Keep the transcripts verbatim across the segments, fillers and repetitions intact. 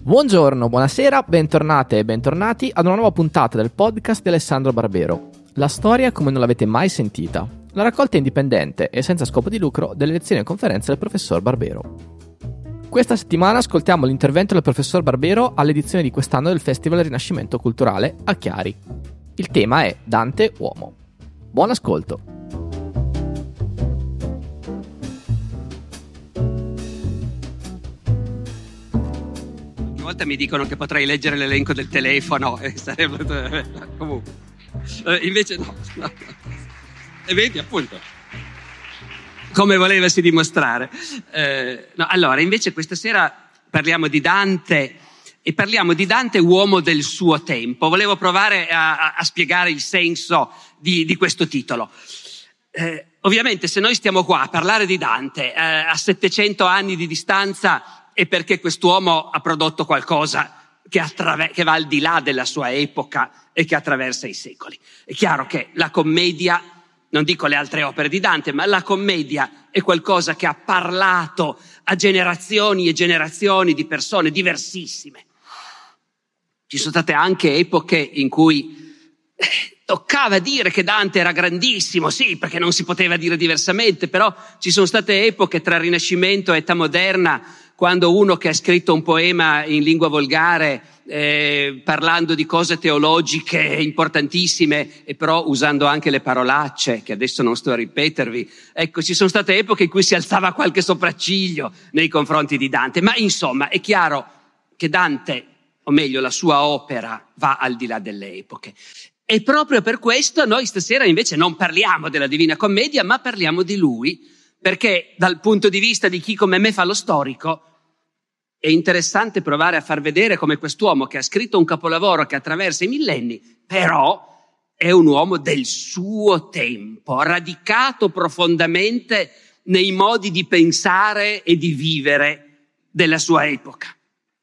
Buongiorno, buonasera, bentornate e bentornati ad una nuova puntata del podcast di Alessandro Barbero. La storia come non l'avete mai sentita. La raccolta indipendente e senza scopo di lucro delle lezioni e conferenze del professor Barbero. Questa settimana ascoltiamo l'intervento del professor Barbero all'edizione di quest'anno del Festival Rinascimento Culturale a Chiari. Il tema è Dante uomo. Buon ascolto! Ogni volta mi dicono che potrei leggere l'elenco del telefono e sarebbe... comunque eh, invece no, no. E vedi appunto come volevasi dimostrare eh, no, allora invece questa sera parliamo di Dante e parliamo di Dante uomo del suo tempo. Volevo provare a, a, a spiegare il senso di, di questo titolo. Eh, ovviamente se noi stiamo qua a parlare di Dante eh, a settecento anni di distanza è perché quest'uomo ha prodotto qualcosa che, attraver- che va al di là della sua epoca e che attraversa i secoli. È chiaro che la commedia, non dico le altre opere di Dante, ma la commedia è qualcosa che ha parlato a generazioni e generazioni di persone diversissime. Ci sono state anche epoche in cui eh, toccava dire che Dante era grandissimo, sì, perché non si poteva dire diversamente, però ci sono state epoche tra Rinascimento e età moderna, quando uno che ha scritto un poema in lingua volgare, eh, parlando di cose teologiche importantissime e però usando anche le parolacce, che adesso non sto a ripetervi, ecco, ci sono state epoche in cui si alzava qualche sopracciglio nei confronti di Dante, ma insomma è chiaro che Dante, o meglio la sua opera, va al di là delle epoche. E proprio per questo noi stasera invece non parliamo della Divina Commedia, ma parliamo di lui, perché dal punto di vista di chi come me fa lo storico, è interessante provare a far vedere come quest'uomo che ha scritto un capolavoro che attraversa i millenni, però è un uomo del suo tempo, radicato profondamente nei modi di pensare e di vivere della sua epoca.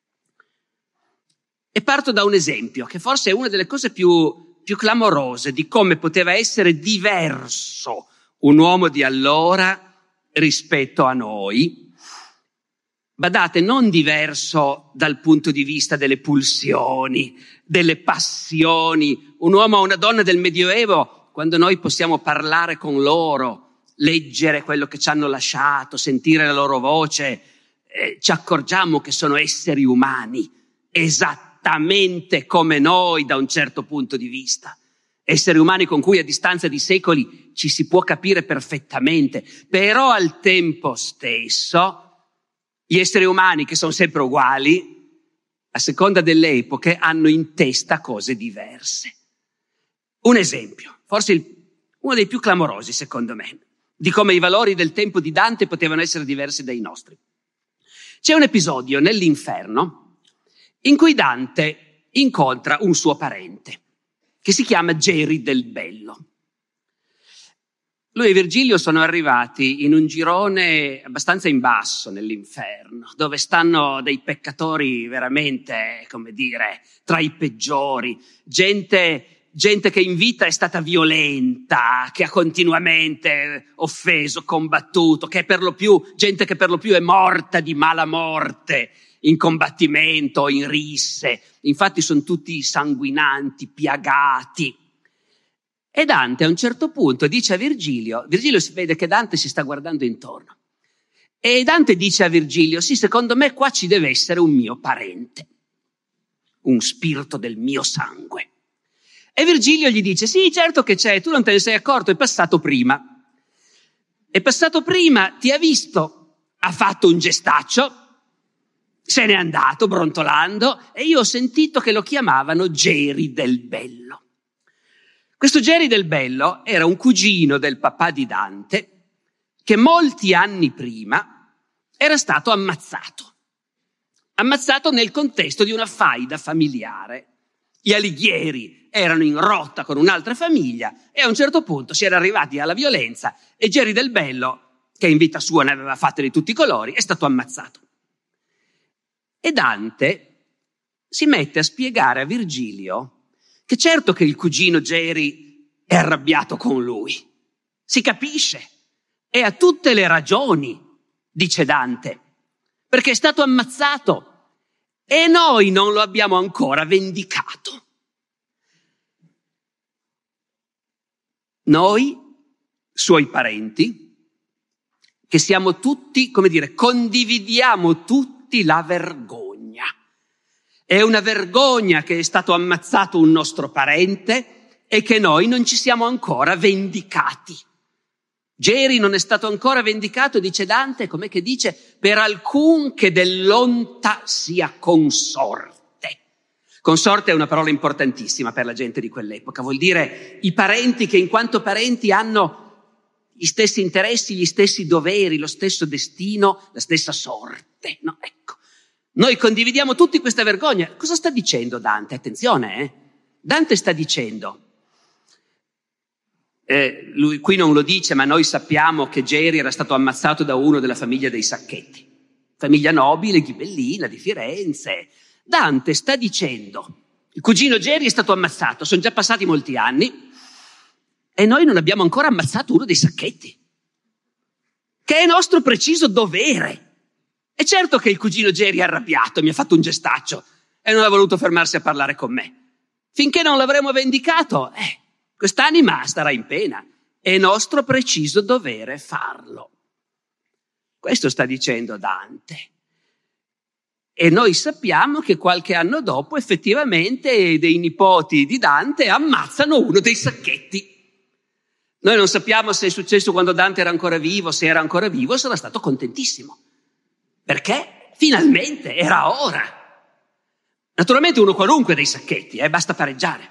E parto da un esempio, che forse è una delle cose più, più clamorose di come poteva essere diverso un uomo di allora rispetto a noi. Badate, non diverso dal punto di vista delle pulsioni, delle passioni. Un uomo o una donna del Medioevo, quando noi possiamo parlare con loro, leggere quello che ci hanno lasciato, sentire la loro voce, eh, ci accorgiamo che sono esseri umani, esattamente come noi da un certo punto di vista. Esseri umani con cui a distanza di secoli ci si può capire perfettamente, però al tempo stesso gli esseri umani, che sono sempre uguali, a seconda delle epoche, hanno in testa cose diverse. Un esempio, forse il, uno dei più clamorosi, secondo me, di come i valori del tempo di Dante potevano essere diversi dai nostri. C'è un episodio nell'Inferno in cui Dante incontra un suo parente, che si chiama Geri del Bello. Lui e Virgilio sono arrivati in un girone abbastanza in basso nell'inferno, dove stanno dei peccatori veramente, come dire, tra i peggiori, gente, gente che in vita è stata violenta, che ha continuamente offeso, combattuto, che è per lo più, gente che per lo più è morta di mala morte, in combattimento, in risse, infatti sono tutti sanguinanti, piagati. E Dante a un certo punto dice a Virgilio, Virgilio si vede che Dante si sta guardando intorno, e Dante dice a Virgilio, sì, secondo me qua ci deve essere un mio parente, un spirito del mio sangue. E Virgilio gli dice, sì, certo che c'è, tu non te ne sei accorto, è passato prima. È passato prima, ti ha visto, ha fatto un gestaccio, se n'è andato brontolando, e io ho sentito che lo chiamavano Geri del Bello. Questo Geri del Bello era un cugino del papà di Dante che molti anni prima era stato ammazzato. Ammazzato nel contesto di una faida familiare. Gli Alighieri erano in rotta con un'altra famiglia e a un certo punto si era arrivati alla violenza e Geri del Bello, che in vita sua ne aveva fatte di tutti i colori, è stato ammazzato. E Dante si mette a spiegare a Virgilio che certo che il cugino Geri è arrabbiato con lui, si capisce, e ha tutte le ragioni, dice Dante, perché è stato ammazzato e noi non lo abbiamo ancora vendicato. Noi, suoi parenti, che siamo tutti, come dire, condividiamo tutti la vergogna. È una vergogna che è stato ammazzato un nostro parente e che noi non ci siamo ancora vendicati. Geri non è stato ancora vendicato, dice Dante, com'è che dice? Per alcun che dell'onta sia consorte. Consorte è una parola importantissima per la gente di quell'epoca, vuol dire i parenti che in quanto parenti hanno gli stessi interessi, gli stessi doveri, lo stesso destino, la stessa sorte. No, ecco. Noi condividiamo tutti questa vergogna. Cosa sta dicendo Dante? Attenzione, eh? Dante sta dicendo, eh, lui qui non lo dice, ma noi sappiamo che Geri era stato ammazzato da uno della famiglia dei Sacchetti, famiglia nobile, ghibellina, di Firenze. Dante sta dicendo, il cugino Geri è stato ammazzato, sono già passati molti anni e noi non abbiamo ancora ammazzato uno dei Sacchetti, che è nostro preciso dovere. E certo che il cugino Geri è arrabbiato, mi ha fatto un gestaccio e non ha voluto fermarsi a parlare con me. Finché non l'avremo vendicato, eh, quest'anima starà in pena. È nostro preciso dovere farlo. Questo sta dicendo Dante. E noi sappiamo che qualche anno dopo effettivamente dei nipoti di Dante ammazzano uno dei Sacchetti. Noi non sappiamo se è successo quando Dante era ancora vivo, se era ancora vivo sarà stato contentissimo. Perché finalmente era ora. Naturalmente uno qualunque dei Sacchetti, eh, basta pareggiare.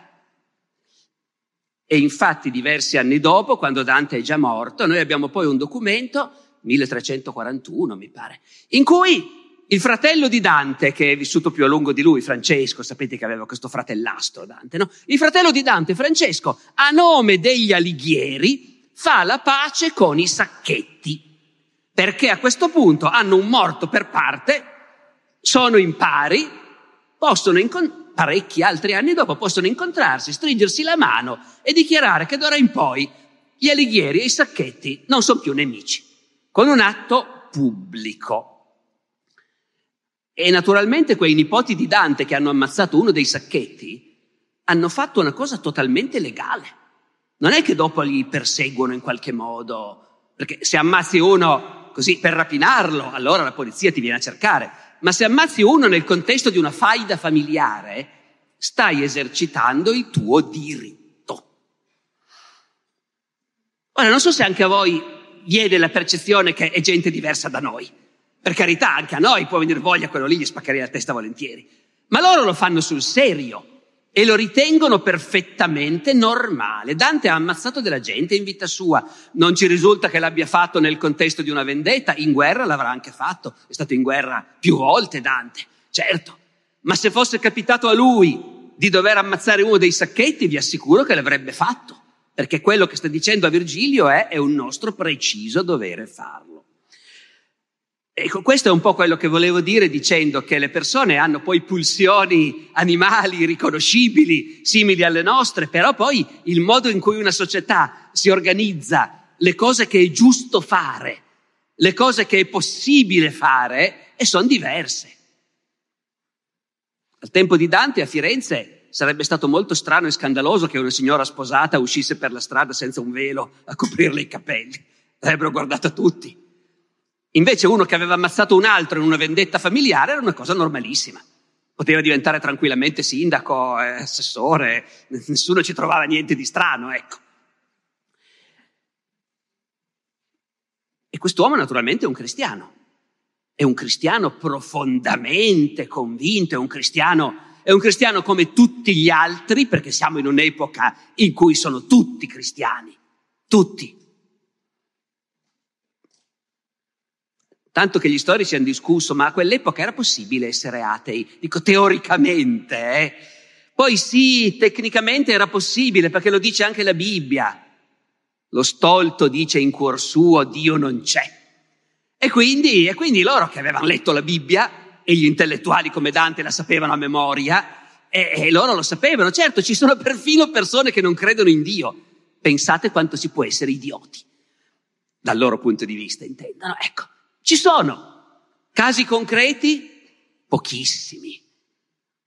E infatti diversi anni dopo, quando Dante è già morto, noi abbiamo poi un documento, milletrecentoquarantuno mi pare, in cui il fratello di Dante, che è vissuto più a lungo di lui, Francesco, sapete che aveva questo fratellastro Dante, no? Il fratello di Dante, Francesco, a nome degli Alighieri, fa la pace con i Sacchetti, perché a questo punto hanno un morto per parte, sono in pari, possono incontrare, parecchi altri anni dopo possono incontrarsi, stringersi la mano e dichiarare che d'ora in poi gli Alighieri e i Sacchetti non sono più nemici, con un atto pubblico. E naturalmente quei nipoti di Dante che hanno ammazzato uno dei Sacchetti hanno fatto una cosa totalmente legale. Non è che dopo li perseguono in qualche modo, perché se ammazzi uno così per rapinarlo, allora la polizia ti viene a cercare. Ma se ammazzi uno nel contesto di una faida familiare, stai esercitando il tuo diritto. Ora, non so se anche a voi viene la percezione che è gente diversa da noi. Per carità, anche a noi può venire voglia, quello lì gli spaccherei la testa volentieri. Ma loro lo fanno sul serio e lo ritengono perfettamente normale. Dante ha ammazzato della gente in vita sua. Non ci risulta che l'abbia fatto nel contesto di una vendetta. In guerra l'avrà anche fatto. È stato in guerra più volte Dante, certo. Ma se fosse capitato a lui di dover ammazzare uno dei Sacchetti, vi assicuro che l'avrebbe fatto. Perché quello che sta dicendo a Virgilio è, è un nostro preciso dovere farlo. Ecco, questo è un po' quello che volevo dire dicendo che le persone hanno poi pulsioni animali riconoscibili, simili alle nostre, però poi il modo in cui una società si organizza, le cose che è giusto fare, le cose che è possibile fare, e sono diverse. Al tempo di Dante a Firenze sarebbe stato molto strano e scandaloso che una signora sposata uscisse per la strada senza un velo a coprirle i capelli. L'avrebbero guardato tutti. Invece uno che aveva ammazzato un altro in una vendetta familiare era una cosa normalissima. Poteva diventare tranquillamente sindaco, eh, assessore, nessuno ci trovava niente di strano, ecco. E quest'uomo naturalmente è un cristiano. È un cristiano profondamente convinto, è un cristiano, è un cristiano come tutti gli altri, perché siamo in un'epoca in cui sono tutti cristiani, tutti. Tanto che gli storici hanno discusso, ma a quell'epoca era possibile essere atei? Dico teoricamente, eh? Poi sì, tecnicamente era possibile, perché lo dice anche la Bibbia. Lo stolto dice in cuor suo, Dio non c'è. E quindi, e quindi loro che avevano letto la Bibbia, e gli intellettuali come Dante la sapevano a memoria, e, e loro lo sapevano. Certo, ci sono perfino persone che non credono in Dio. Pensate quanto si può essere idioti. Dal loro punto di vista, intendono. Ecco. Ci sono casi concreti? Pochissimi.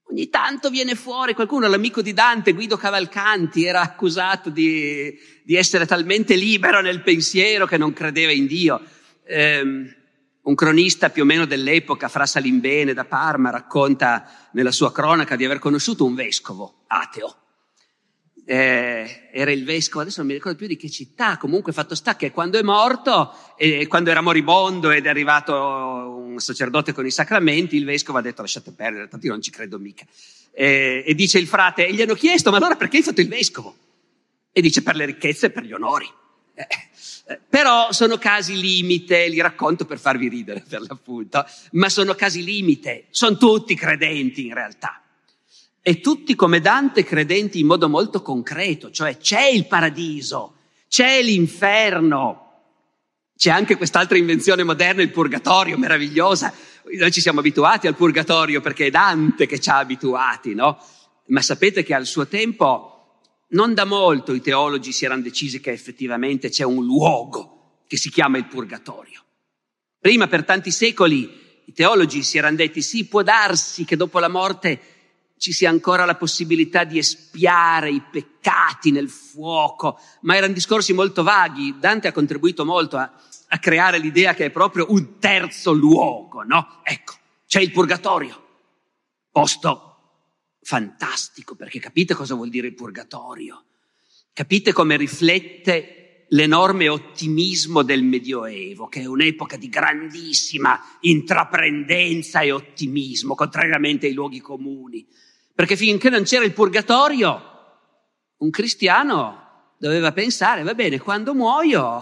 Ogni tanto viene fuori qualcuno, l'amico di Dante, Guido Cavalcanti, era accusato di, di essere talmente libero nel pensiero che non credeva in Dio. Um, un cronista più o meno dell'epoca, Fra Salimbene da Parma, racconta nella sua cronaca di aver conosciuto un vescovo ateo. Eh, era il vescovo, adesso non mi ricordo più di che città, comunque fatto sta che quando è morto, e quando era moribondo ed è arrivato un sacerdote con i sacramenti, il vescovo ha detto lasciate perdere, tanto io non ci credo mica. Eh, e dice il frate, e gli hanno chiesto, ma allora perché hai fatto il vescovo? E dice per le ricchezze e per gli onori. Eh, eh, però sono casi limite, li racconto per farvi ridere per l'appunto, ma sono casi limite, sono tutti credenti in realtà. E tutti come Dante credenti in modo molto concreto, cioè c'è il paradiso, c'è l'inferno, c'è anche quest'altra invenzione moderna, il purgatorio, meravigliosa. Noi ci siamo abituati al purgatorio perché è Dante che ci ha abituati, no? Ma sapete che al suo tempo, non da molto, i teologi si erano decisi che effettivamente c'è un luogo che si chiama il purgatorio. Prima, per tanti secoli, i teologi si erano detti sì, può darsi che dopo la morte ci sia ancora la possibilità di espiare i peccati nel fuoco, ma erano discorsi molto vaghi. Dante ha contribuito molto a, a creare l'idea che è proprio un terzo luogo, no? Ecco, c'è il purgatorio, posto fantastico, perché capite cosa vuol dire il purgatorio? Capite come riflette l'enorme ottimismo del Medioevo, che è un'epoca di grandissima intraprendenza e ottimismo, contrariamente ai luoghi comuni. Perché finché non c'era il purgatorio, un cristiano doveva pensare, va bene, quando muoio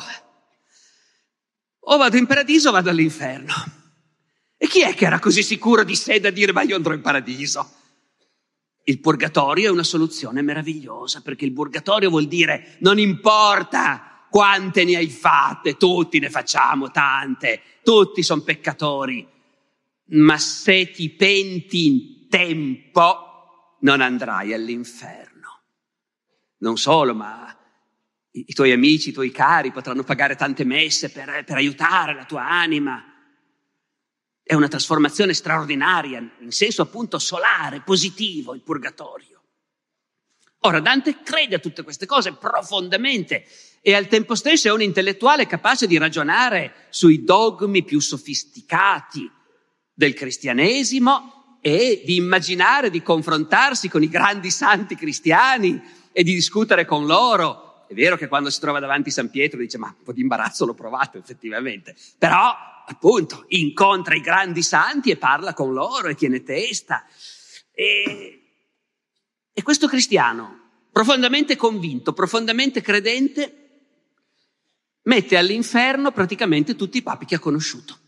o vado in paradiso o vado all'inferno. E chi è che era così sicuro di sé da dire, ma io andrò in paradiso? Il purgatorio è una soluzione meravigliosa, perché il purgatorio vuol dire non importa quante ne hai fatte, tutti ne facciamo tante, tutti sono peccatori, ma se ti penti in tempo non andrai all'inferno. Non solo, ma i, i tuoi amici, i tuoi cari potranno pagare tante messe per, per aiutare la tua anima. È una trasformazione straordinaria, in senso appunto solare, positivo, il purgatorio. Ora, Dante crede a tutte queste cose profondamente e al tempo stesso è un intellettuale capace di ragionare sui dogmi più sofisticati del cristianesimo e di immaginare, di confrontarsi con i grandi santi cristiani e di discutere con loro. È vero che quando si trova davanti San Pietro dice ma un po' di imbarazzo l'ho provato effettivamente, però appunto incontra i grandi santi e parla con loro e tiene testa. E, e questo cristiano, profondamente convinto, profondamente credente, mette all'inferno praticamente tutti i papi che ha conosciuto.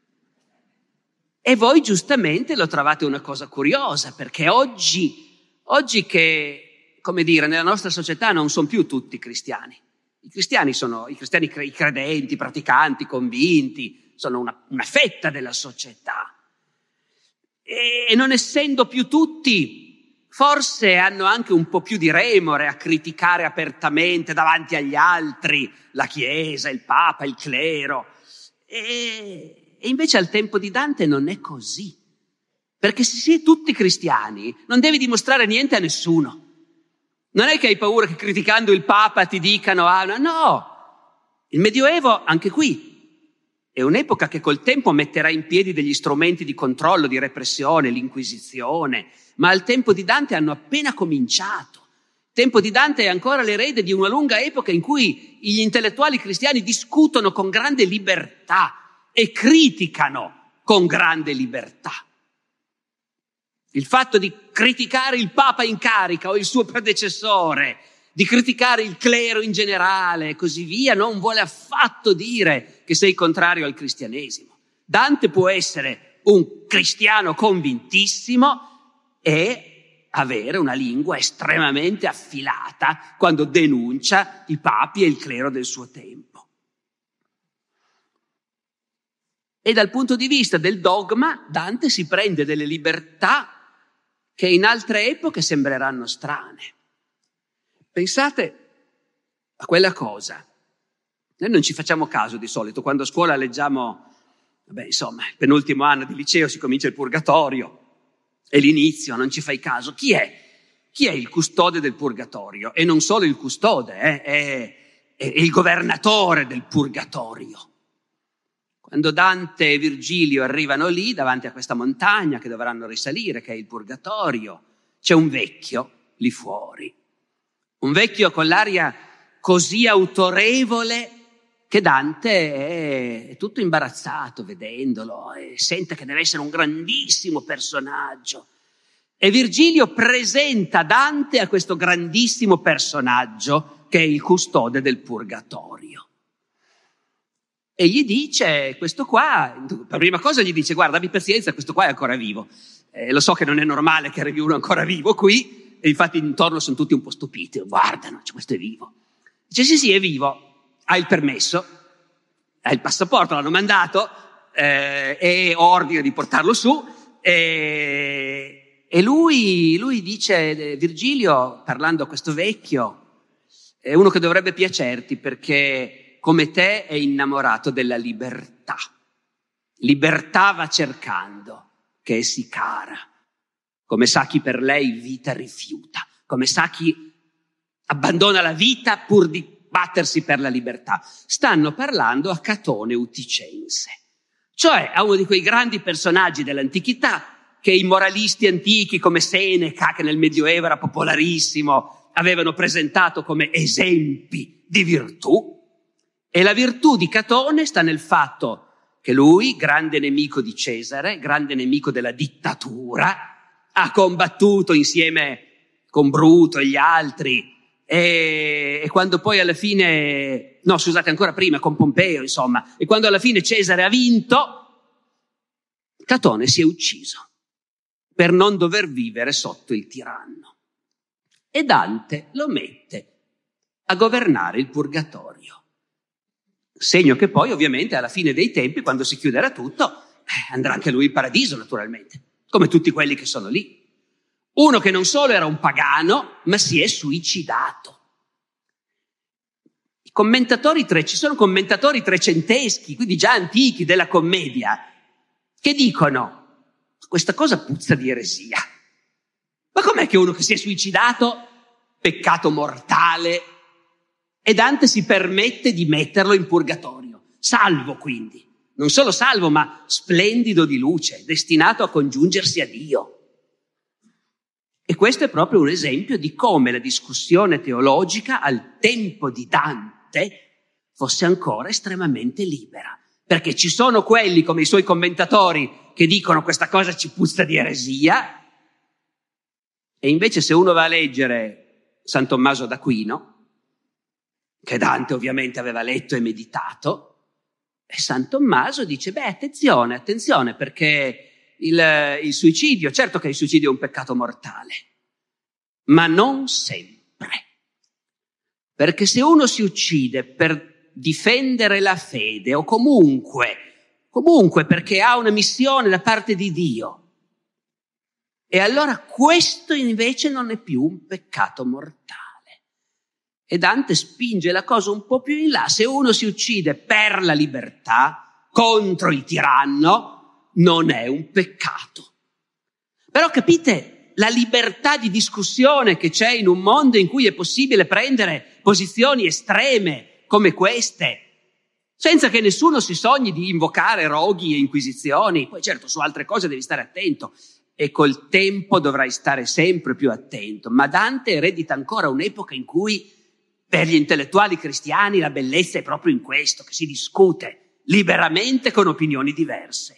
E voi giustamente lo trovate una cosa curiosa, perché oggi, oggi che, come dire, nella nostra società non sono più tutti cristiani. I cristiani sono i cristiani i credenti, praticanti, convinti, sono una, una fetta della società. E, e non essendo più tutti, forse hanno anche un po' più di remore a criticare apertamente davanti agli altri la Chiesa, il Papa, il clero. E... E invece al tempo di Dante non è così, perché se si è tutti cristiani non devi dimostrare niente a nessuno. Non è che hai paura che criticando il Papa ti dicano ah no, no. Il Medioevo anche qui è un'epoca che col tempo metterà in piedi degli strumenti di controllo, di repressione, l'Inquisizione, ma al tempo di Dante hanno appena cominciato. Il tempo di Dante è ancora l'erede di una lunga epoca in cui gli intellettuali cristiani discutono con grande libertà e criticano con grande libertà. Il fatto di criticare il Papa in carica o il suo predecessore, di criticare il clero in generale e così via, non vuole affatto dire che sei contrario al cristianesimo. Dante può essere un cristiano convintissimo e avere una lingua estremamente affilata quando denuncia i papi e il clero del suo tempo. E dal punto di vista del dogma, Dante si prende delle libertà che in altre epoche sembreranno strane. Pensate a quella cosa. Noi non ci facciamo caso di solito. Quando a scuola leggiamo, vabbè, insomma, il penultimo anno di liceo si comincia il purgatorio. è l'inizio, non ci fai caso. Chi è? Chi è il custode del purgatorio? E non solo il custode, eh? è, è il governatore del purgatorio. Quando Dante e Virgilio arrivano lì, davanti a questa montagna che dovranno risalire, che è il purgatorio, c'è un vecchio lì fuori. Un vecchio con l'aria così autorevole che Dante è, è tutto imbarazzato vedendolo e sente che deve essere un grandissimo personaggio. E Virgilio presenta Dante a questo grandissimo personaggio che è il custode del purgatorio. E gli dice, questo qua, per prima cosa gli dice, guarda, abbi pazienza, questo qua è ancora vivo. Eh, lo so che non è normale che arrivi uno ancora vivo qui, e infatti intorno sono tutti un po' stupiti, guardano, cioè, questo è vivo. Dice, sì, sì, è vivo, ha il permesso, ha il passaporto, l'hanno mandato, eh, e ho ordine di portarlo su, e... E lui, lui dice, Virgilio, parlando a questo vecchio, è uno che dovrebbe piacerti perché come te è innamorato della libertà. Libertà va cercando, che è sì cara. Come sa chi per lei vita rifiuta, come sa chi abbandona la vita pur di battersi per la libertà. Stanno parlando a Catone Uticense, cioè a uno di quei grandi personaggi dell'antichità che i moralisti antichi come Seneca, che nel Medioevo era popolarissimo, avevano presentato come esempi di virtù. E la virtù di Catone sta nel fatto che lui, grande nemico di Cesare, grande nemico della dittatura, ha combattuto insieme con Bruto e gli altri, e, e quando poi alla fine, no scusate ancora prima, con Pompeo insomma, e quando alla fine Cesare ha vinto, Catone si è ucciso per non dover vivere sotto il tiranno. E Dante lo mette a governare il purgatorio. Segno che poi, ovviamente, alla fine dei tempi, quando si chiuderà tutto, eh, andrà anche lui in paradiso, naturalmente, come tutti quelli che sono lì. Uno che non solo era un pagano, ma si è suicidato. I commentatori tre, ci sono commentatori trecenteschi, quindi già antichi della commedia, che dicono: questa cosa puzza di eresia. Ma com'è che uno che si è suicidato, peccato mortale, e Dante si permette di metterlo in purgatorio? Salvo quindi, non solo salvo, ma splendido di luce, destinato a congiungersi a Dio. E questo è proprio un esempio di come la discussione teologica al tempo di Dante fosse ancora estremamente libera. Perché ci sono quelli, come i suoi commentatori, che dicono questa cosa ci puzza di eresia, e invece se uno va a leggere San Tommaso d'Aquino, che Dante ovviamente aveva letto e meditato, e San Tommaso dice, beh, attenzione, attenzione, perché il, il suicidio, certo che il suicidio è un peccato mortale, ma non sempre. Perché se uno si uccide per difendere la fede o comunque, comunque perché ha una missione da parte di Dio, e allora questo invece non è più un peccato mortale. E Dante spinge la cosa un po' più in là. Se uno si uccide per la libertà, contro il tiranno, non è un peccato. Però capite la libertà di discussione che c'è in un mondo in cui è possibile prendere posizioni estreme come queste, senza che nessuno si sogni di invocare roghi e inquisizioni. Poi certo su altre cose devi stare attento e col tempo dovrai stare sempre più attento, ma Dante eredita ancora un'epoca in cui per gli intellettuali cristiani la bellezza è proprio in questo, che si discute liberamente con opinioni diverse.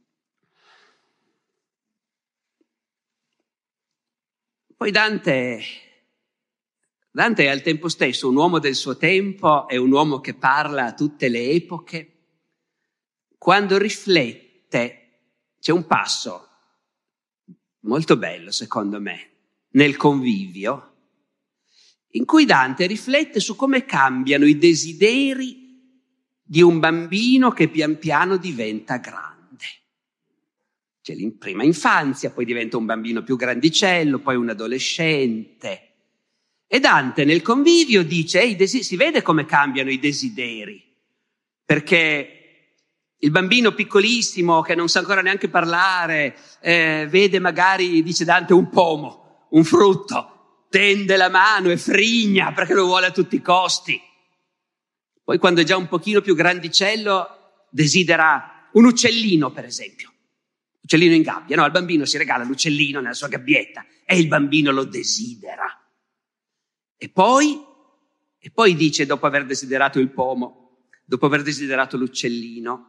Poi Dante Dante è al tempo stesso un uomo del suo tempo, è un uomo che parla a tutte le epoche. Quando riflette, c'è un passo molto bello secondo me, nel Convivio, in cui Dante riflette su come cambiano i desideri di un bambino che pian piano diventa grande. C'è la prima infanzia, poi diventa un bambino più grandicello, poi un adolescente. E Dante nel Convivio dice, eh, desi- si vede come cambiano i desideri, perché Il bambino piccolissimo che non sa ancora neanche parlare, eh, vede magari, dice Dante, un pomo, un frutto, tende la mano e frigna perché lo vuole a tutti i costi. Poi quando è già un pochino più grandicello desidera un uccellino, per esempio. Uccellino in gabbia, no? Al bambino si regala l'uccellino nella sua gabbietta e il bambino lo desidera. E poi, e poi dice, dopo aver desiderato il pomo, dopo aver desiderato l'uccellino,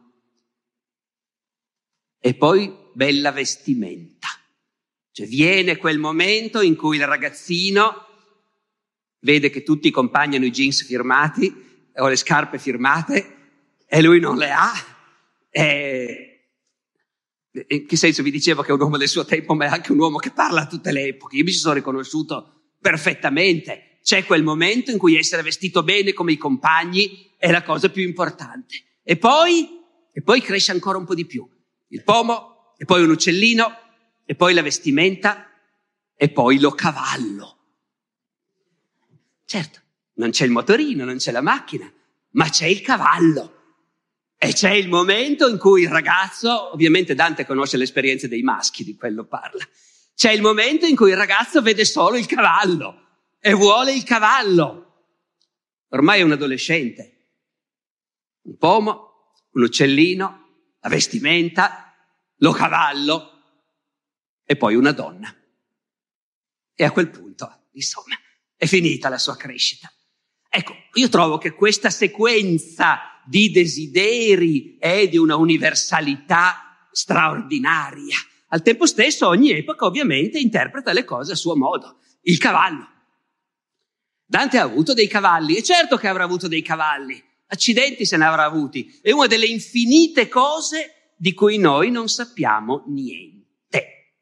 e poi bella vestimenta. Cioè viene quel momento in cui il ragazzino vede che tutti i compagni hanno i jeans firmati o le scarpe firmate e lui non le ha. E in che senso vi dicevo che è un uomo del suo tempo, ma è anche un uomo che parla a tutte le epoche. Io mi ci sono riconosciuto perfettamente. C'è quel momento in cui essere vestito bene come i compagni è la cosa più importante. E poi, e poi cresce ancora un po' di più. Il pomo, e poi un uccellino, e poi la vestimenta, e poi lo cavallo. Certo, non c'è il motorino, non c'è la macchina, ma c'è il cavallo. E c'è il momento in cui il ragazzo, ovviamente Dante conosce l'esperienza dei maschi, di quello parla, c'è il momento in cui il ragazzo vede solo il cavallo e vuole il cavallo. Ormai è un adolescente. Un pomo, un uccellino, la vestimenta, lo cavallo e poi una donna. E a quel punto, insomma, è finita la sua crescita. Ecco, io trovo che questa sequenza di desideri è di una universalità straordinaria. Al tempo stesso ogni epoca ovviamente interpreta le cose a suo modo. Il cavallo. Dante ha avuto dei cavalli, e certo che avrà avuto dei cavalli. Accidenti se ne avrà avuti. È una delle infinite cose di cui noi non sappiamo niente.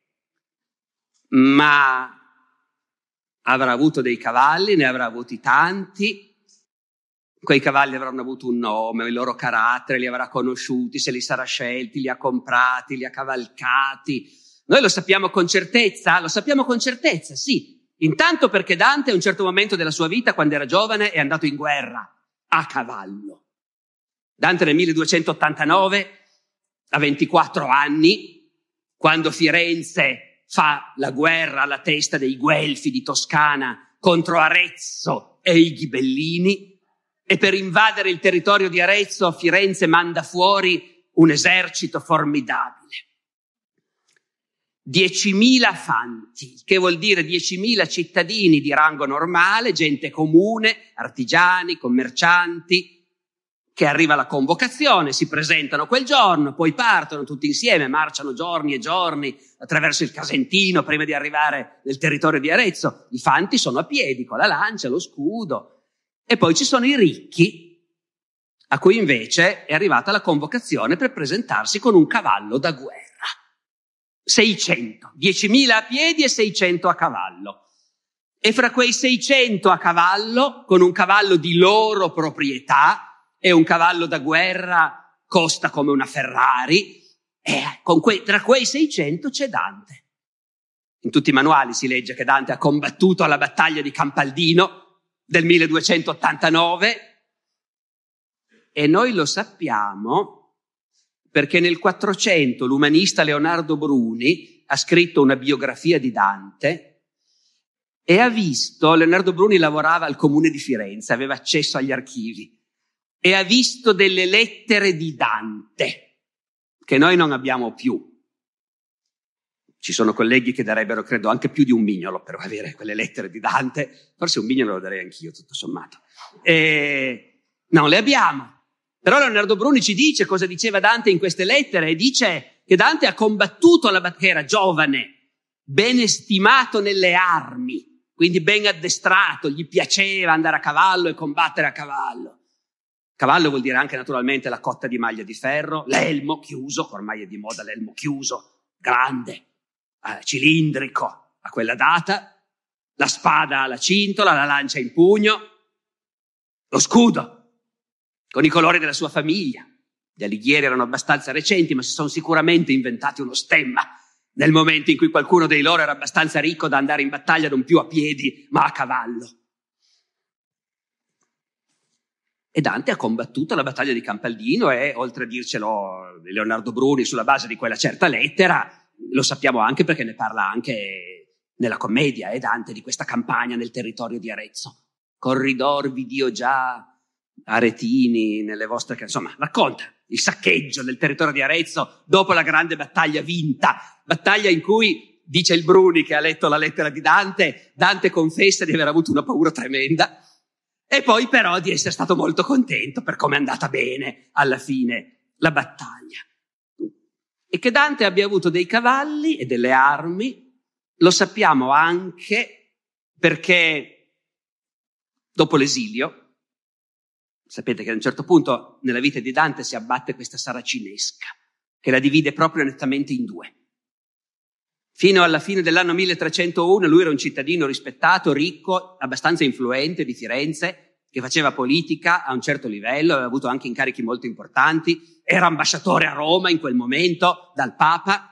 Ma avrà avuto dei cavalli, ne avrà avuti tanti. Quei cavalli avranno avuto un nome, il loro carattere, li avrà conosciuti, se li sarà scelti, li ha comprati, li ha cavalcati. Noi lo sappiamo con certezza? Lo sappiamo con certezza, sì. Intanto perché Dante a un certo momento della sua vita, quando era giovane, è andato in guerra a cavallo. Dante nel milleduecentottantanove, a ventiquattro anni, quando Firenze fa la guerra alla testa dei Guelfi di Toscana contro Arezzo e i Ghibellini, e per invadere il territorio di Arezzo Firenze manda fuori un esercito formidabile. diecimila fanti, che vuol dire diecimila cittadini di rango normale, gente comune, artigiani, commercianti, che arriva la convocazione, si presentano quel giorno, poi partono tutti insieme, marciano giorni e giorni attraverso il Casentino prima di arrivare nel territorio di Arezzo. I fanti sono a piedi, con la lancia, lo scudo. E poi ci sono i ricchi, a cui invece è arrivata la convocazione per presentarsi con un cavallo da guerra. seicento, diecimila a piedi e seicento a cavallo. E fra quei seicento a cavallo, con un cavallo di loro proprietà, e un cavallo da guerra costa come una Ferrari, e con que- tra quei seicento c'è Dante. In tutti i manuali si legge che Dante ha combattuto alla battaglia di Campaldino del milleduecentottantanove, e noi lo sappiamo perché nel quattrocento l'umanista Leonardo Bruni ha scritto una biografia di Dante e ha visto, Leonardo Bruni lavorava al comune di Firenze, aveva accesso agli archivi, e ha visto delle lettere di Dante che noi non abbiamo più. Ci sono colleghi che darebbero, credo, anche più di un mignolo per avere quelle lettere di Dante. Forse un mignolo lo darei anch'io, tutto sommato. E non le abbiamo. Però Leonardo Bruni ci dice cosa diceva Dante in queste lettere, e dice che Dante ha combattuto alla battaglia, che era giovane, ben estimato nelle armi, quindi ben addestrato, gli piaceva andare a cavallo e combattere a cavallo. Cavallo vuol dire anche naturalmente la cotta di maglia di ferro, l'elmo chiuso, ormai è di moda l'elmo chiuso, grande, eh, cilindrico a quella data, la spada alla cintola, la lancia in pugno, lo scudo con i colori della sua famiglia. Gli alighieri erano abbastanza recenti, ma si sono sicuramente inventati uno stemma nel momento in cui qualcuno dei loro era abbastanza ricco da andare in battaglia non più a piedi ma a cavallo. E Dante ha combattuto la battaglia di Campaldino e, oltre a dircelo Leonardo Bruni sulla base di quella certa lettera, lo sappiamo anche perché ne parla anche nella commedia, e eh, Dante, di questa campagna nel territorio di Arezzo. Corridor vi dio già aretini nelle vostre... Insomma, racconta il saccheggio del territorio di Arezzo dopo la grande battaglia vinta, battaglia in cui, dice il Bruni che ha letto la lettera di Dante, Dante confessa di aver avuto una paura tremenda e poi però di essere stato molto contento per come è andata bene alla fine la battaglia. E che Dante abbia avuto dei cavalli e delle armi lo sappiamo anche perché dopo l'esilio, sapete che a un certo punto nella vita di Dante si abbatte questa saracinesca che la divide proprio nettamente in due. Fino alla fine dell'anno milletrecentouno lui era un cittadino rispettato, ricco, abbastanza influente di Firenze, che faceva politica a un certo livello, aveva avuto anche incarichi molto importanti, era ambasciatore a Roma in quel momento dal Papa.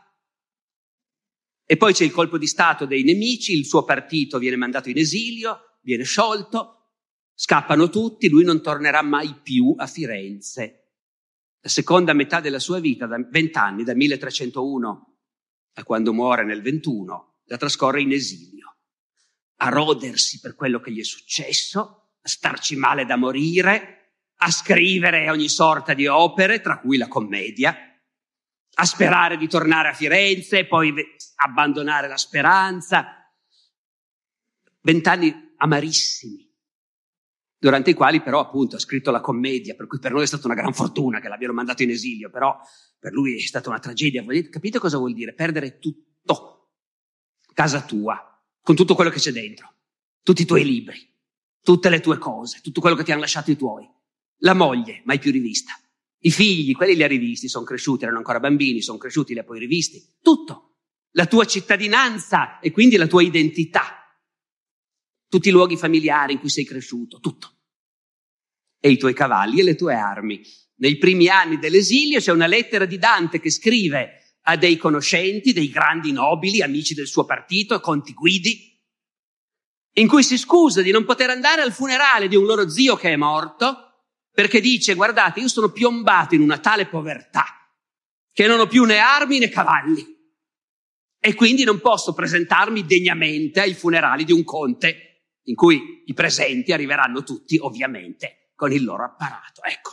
E poi c'è il colpo di stato dei nemici, il suo partito viene mandato in esilio, viene sciolto, scappano tutti, lui non tornerà mai più a Firenze. La seconda metà della sua vita, da vent'anni, dal milletrecentouno a quando muore nel ventuno, la trascorre in esilio, a rodersi per quello che gli è successo, a starci male da morire, a scrivere ogni sorta di opere, tra cui la commedia, a sperare di tornare a Firenze, poi abbandonare la speranza. Vent'anni amarissimi, durante i quali però appunto ha scritto la commedia, per cui per noi è stata una gran fortuna che l'abbiano mandato in esilio, però per lui è stata una tragedia. Capite cosa vuol dire? Perdere tutto, casa tua, con tutto quello che c'è dentro, tutti i tuoi libri, tutte le tue cose, tutto quello che ti hanno lasciato i tuoi, la moglie, mai più rivista, i figli, quelli li ha rivisti, sono cresciuti, erano ancora bambini, sono cresciuti, li ha poi rivisti, tutto, la tua cittadinanza e quindi la tua identità, tutti i luoghi familiari in cui sei cresciuto, tutto, e i tuoi cavalli e le tue armi. Nei primi anni dell'esilio c'è una lettera di Dante che scrive a dei conoscenti, dei grandi nobili, amici del suo partito, conti guidi, in cui si scusa di non poter andare al funerale di un loro zio che è morto, perché dice: guardate, io sono piombato in una tale povertà che non ho più né armi né cavalli e quindi non posso presentarmi degnamente ai funerali di un conte in cui i presenti arriveranno tutti ovviamente con il loro apparato. Ecco,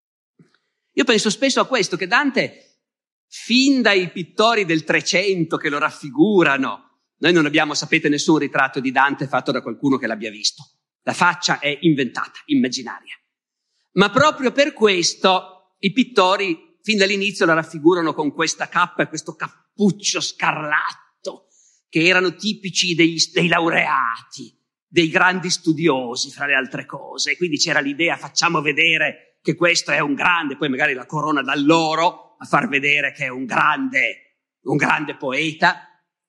io penso spesso a questo, che Dante, fin dai pittori del Trecento che lo raffigurano, noi non abbiamo, sapete, nessun ritratto di Dante fatto da qualcuno che l'abbia visto, la faccia è inventata, immaginaria. Ma proprio per questo i pittori fin dall'inizio la raffigurano con questa cappa e questo cappuccio scarlatto, che erano tipici dei, dei laureati, dei grandi studiosi, fra le altre cose. E quindi c'era l'idea: facciamo vedere che questo è un grande, poi magari la corona d'alloro a far vedere che è un grande, un grande poeta.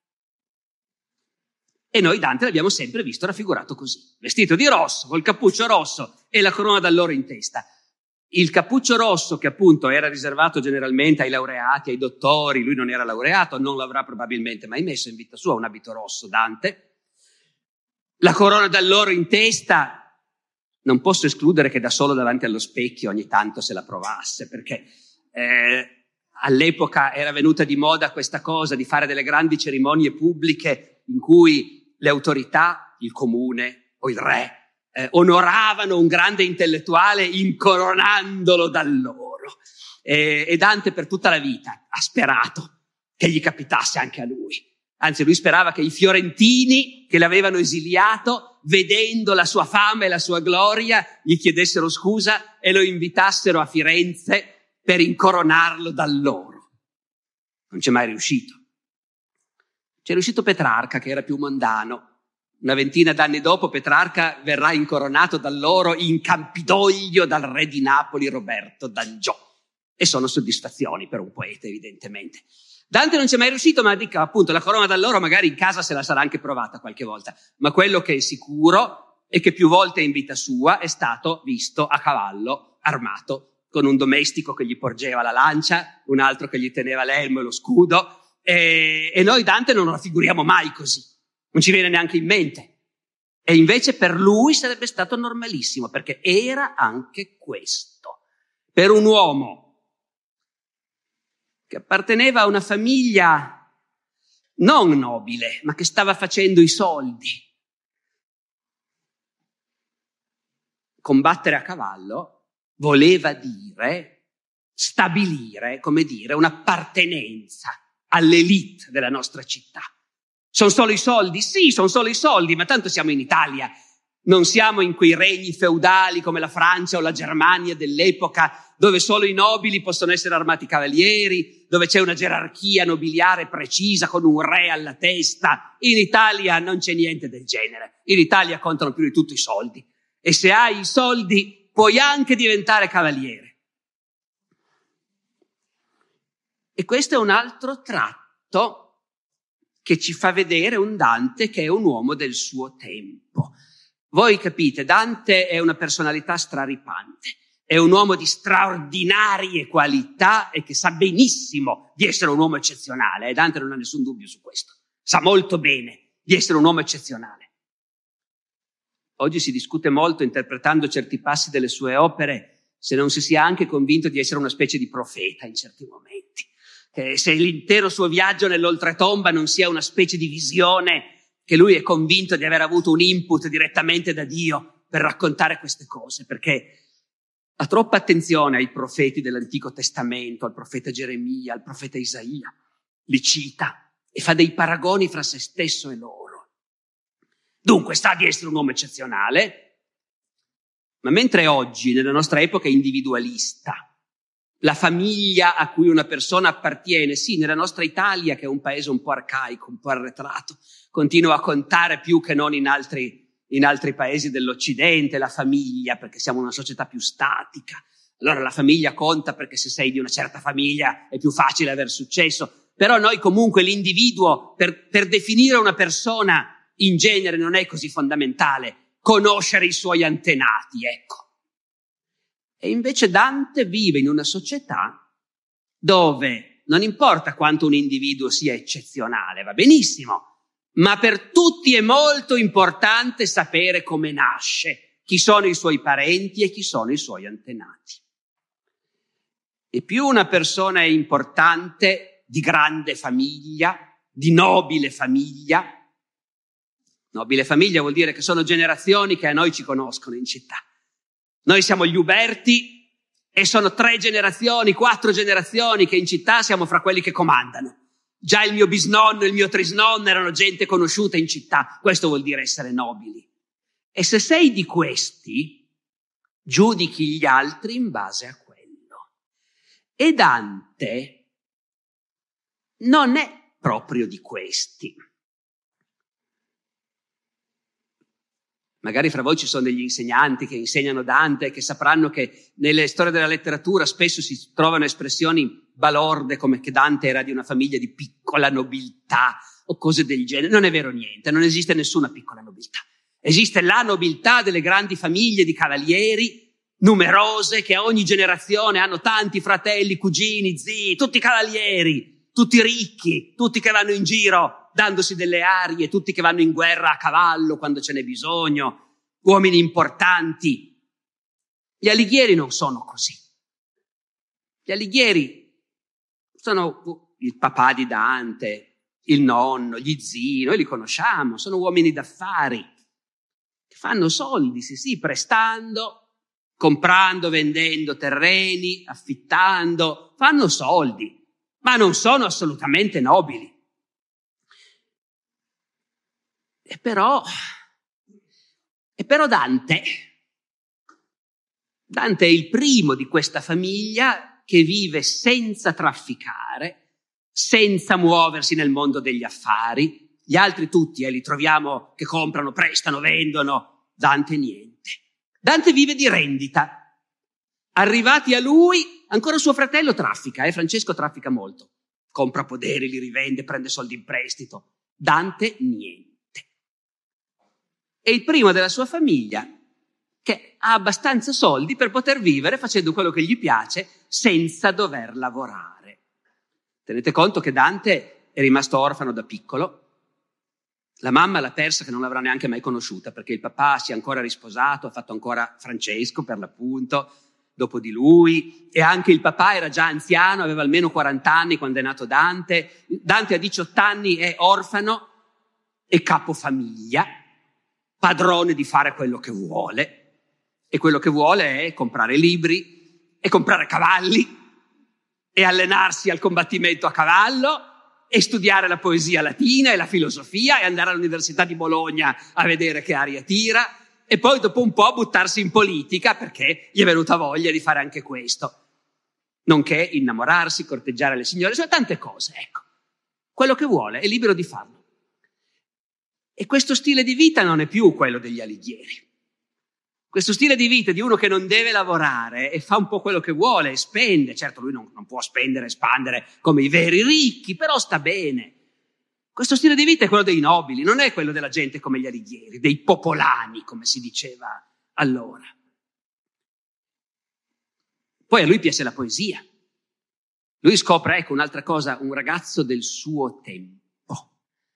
E noi Dante l'abbiamo sempre visto raffigurato così, vestito di rosso, col cappuccio rosso e la corona d'alloro in testa. Il cappuccio rosso, che appunto era riservato generalmente ai laureati, ai dottori, lui non era laureato, non l'avrà probabilmente mai messo in vita sua un abito rosso, Dante. La corona d'alloro in testa, non posso escludere che da solo davanti allo specchio ogni tanto se la provasse, perché eh, all'epoca era venuta di moda questa cosa di fare delle grandi cerimonie pubbliche in cui le autorità, il comune o il re, eh, onoravano un grande intellettuale incoronandolo d'alloro. E, e Dante per tutta la vita ha sperato che gli capitasse anche a lui. Anzi, lui sperava che i fiorentini che l'avevano esiliato, vedendo la sua fama e la sua gloria, gli chiedessero scusa e lo invitassero a Firenze per incoronarlo d'alloro. Non c'è mai riuscito. C'è riuscito Petrarca, che era più mondano. Una ventina d'anni dopo Petrarca verrà incoronato d'alloro in Campidoglio dal re di Napoli Roberto d'Angiò. E sono soddisfazioni per un poeta, evidentemente. Dante non c'è mai riuscito, ma dica appunto la corona d'alloro magari in casa se la sarà anche provata qualche volta. Ma quello che è sicuro è che più volte in vita sua è stato visto a cavallo, armato, con un domestico che gli porgeva la lancia, un altro che gli teneva l'elmo e lo scudo. E, e noi Dante non lo raffiguriamo mai così, non ci viene neanche in mente. E invece per lui sarebbe stato normalissimo, perché era anche questo. Per un uomo che apparteneva a una famiglia non nobile, ma che stava facendo i soldi, combattere a cavallo voleva dire stabilire, come dire, un'appartenenza all'elite della nostra città. Sono solo i soldi? Sì, sono solo i soldi, ma tanto siamo in Italia. Non siamo in quei regni feudali come la Francia o la Germania dell'epoca, dove solo i nobili possono essere armati cavalieri, dove c'è una gerarchia nobiliare precisa con un re alla testa. In Italia non c'è niente del genere. In Italia contano più di tutto i soldi. E se hai i soldi puoi anche diventare cavaliere. E questo è un altro tratto che ci fa vedere un Dante che è un uomo del suo tempo. Voi capite, Dante è una personalità straripante, è un uomo di straordinarie qualità e che sa benissimo di essere un uomo eccezionale, e Dante non ha nessun dubbio su questo, sa molto bene di essere un uomo eccezionale. Oggi si discute molto, interpretando certi passi delle sue opere, se non si sia anche convinto di essere una specie di profeta in certi momenti. Che se l'intero suo viaggio nell'oltretomba non sia una specie di visione, che lui è convinto di aver avuto un input direttamente da Dio per raccontare queste cose, perché ha troppa attenzione ai profeti dell'Antico Testamento, al profeta Geremia, al profeta Isaia, li cita e fa dei paragoni fra se stesso e loro. Dunque sa di essere un uomo eccezionale, ma mentre oggi, nella nostra epoca individualista, la famiglia a cui una persona appartiene, sì, nella nostra Italia, che è un paese un po' arcaico, un po' arretrato, continua a contare più che non in altri, in altri paesi dell'Occidente, la famiglia, perché siamo una società più statica. Allora la famiglia conta perché se sei di una certa famiglia è più facile aver successo. Però noi comunque l'individuo, per, per definire una persona, in genere non è così fondamentale conoscere i suoi antenati, ecco. E invece Dante vive in una società dove non importa quanto un individuo sia eccezionale, va benissimo, ma per tutti è molto importante sapere come nasce, chi sono i suoi parenti e chi sono i suoi antenati. E più una persona è importante, di grande famiglia, di nobile famiglia, nobile famiglia vuol dire che sono generazioni che a noi ci conoscono in città. Noi siamo gli Uberti e sono tre generazioni, quattro generazioni che in città siamo fra quelli che comandano. Già il mio bisnonno e il mio trisnonno erano gente conosciuta in città. Questo vuol dire essere nobili. E se sei di questi, giudichi gli altri in base a quello. E Dante non è proprio di questi. Magari fra voi ci sono degli insegnanti che insegnano Dante e che sapranno che nelle storie della letteratura spesso si trovano espressioni balorde come che Dante era di una famiglia di piccola nobiltà o cose del genere. Non è vero niente, non esiste nessuna piccola nobiltà. Esiste la nobiltà delle grandi famiglie di cavalieri, numerose, che a ogni generazione hanno tanti fratelli, cugini, zii, tutti cavalieri, tutti ricchi, tutti che vanno in giro dandosi delle arie, tutti che vanno in guerra a cavallo quando ce n'è bisogno, uomini importanti. Gli Alighieri non sono così. Gli Alighieri sono il papà di Dante, il nonno, gli zii, noi li conosciamo, sono uomini d'affari che fanno soldi, sì sì, prestando, comprando, vendendo terreni, affittando, fanno soldi, ma non sono assolutamente nobili. E però, e però Dante, Dante è il primo di questa famiglia che vive senza trafficare, senza muoversi nel mondo degli affari. Gli altri tutti eh, li troviamo che comprano, prestano, vendono. Dante niente. Dante vive di rendita. Arrivati a lui, ancora suo fratello traffica, eh? Francesco traffica molto. Compra poderi, li rivende, prende soldi in prestito. Dante niente. È il primo della sua famiglia che ha abbastanza soldi per poter vivere facendo quello che gli piace senza dover lavorare. Tenete conto che Dante è rimasto orfano da piccolo, La mamma l'ha persa, che non l'avrà neanche mai conosciuta, perché il papà si è ancora risposato, ha fatto ancora Francesco per l'appunto, dopo di lui, e anche il papà era già anziano, aveva almeno quaranta anni quando è nato Dante. Dante a diciotto anni è orfano e capofamiglia, padrone di fare quello che vuole, e quello che vuole è comprare libri e comprare cavalli e allenarsi al combattimento a cavallo e studiare la poesia latina e la filosofia e andare all'Università di Bologna a vedere che aria tira e poi dopo un po' buttarsi in politica perché gli è venuta voglia di fare anche questo, nonché innamorarsi, corteggiare le signore, sono tante cose, ecco. Quello che vuole è libero di farlo. E questo stile di vita non è più quello degli Alighieri. Questo stile di vita di uno che non deve lavorare e fa un po' quello che vuole e spende. Certo, lui non, non può spendere e spandere come i veri ricchi, però sta bene. Questo stile di vita è quello dei nobili, non è quello della gente come gli Alighieri, dei popolani, come si diceva allora. Poi a lui piace la poesia. Lui scopre, ecco, un'altra cosa, un ragazzo del suo tempo.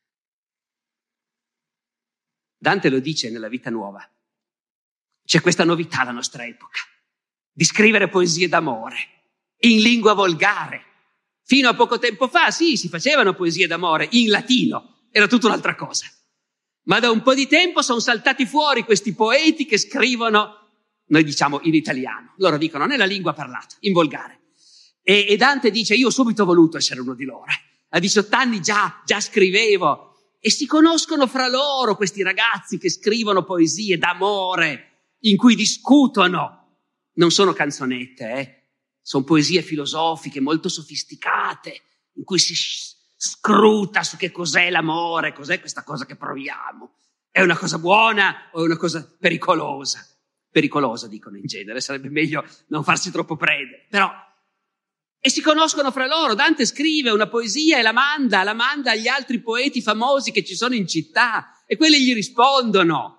Dante lo dice nella Vita Nuova. C'è questa novità alla nostra epoca, di scrivere poesie d'amore in lingua volgare. Fino a poco tempo fa, sì, si facevano poesie d'amore in latino, era tutta un'altra cosa. Ma da un po' di tempo sono saltati fuori questi poeti che scrivono, noi diciamo in italiano, loro dicono nella lingua parlata, in volgare. E, e Dante dice, io ho subito voluto essere uno di loro. A diciotto anni già, già scrivevo. E si conoscono fra loro questi ragazzi che scrivono poesie d'amore, in cui discutono, non sono canzonette, eh? Sono poesie filosofiche molto sofisticate, in cui si scruta su che cos'è l'amore, cos'è questa cosa che proviamo. È una cosa buona o è una cosa pericolosa? Pericolosa, dicono in genere, sarebbe meglio non farsi troppo prendere, però. E si conoscono fra loro, Dante scrive una poesia e la manda, la manda agli altri poeti famosi che ci sono in città, e quelli gli rispondono.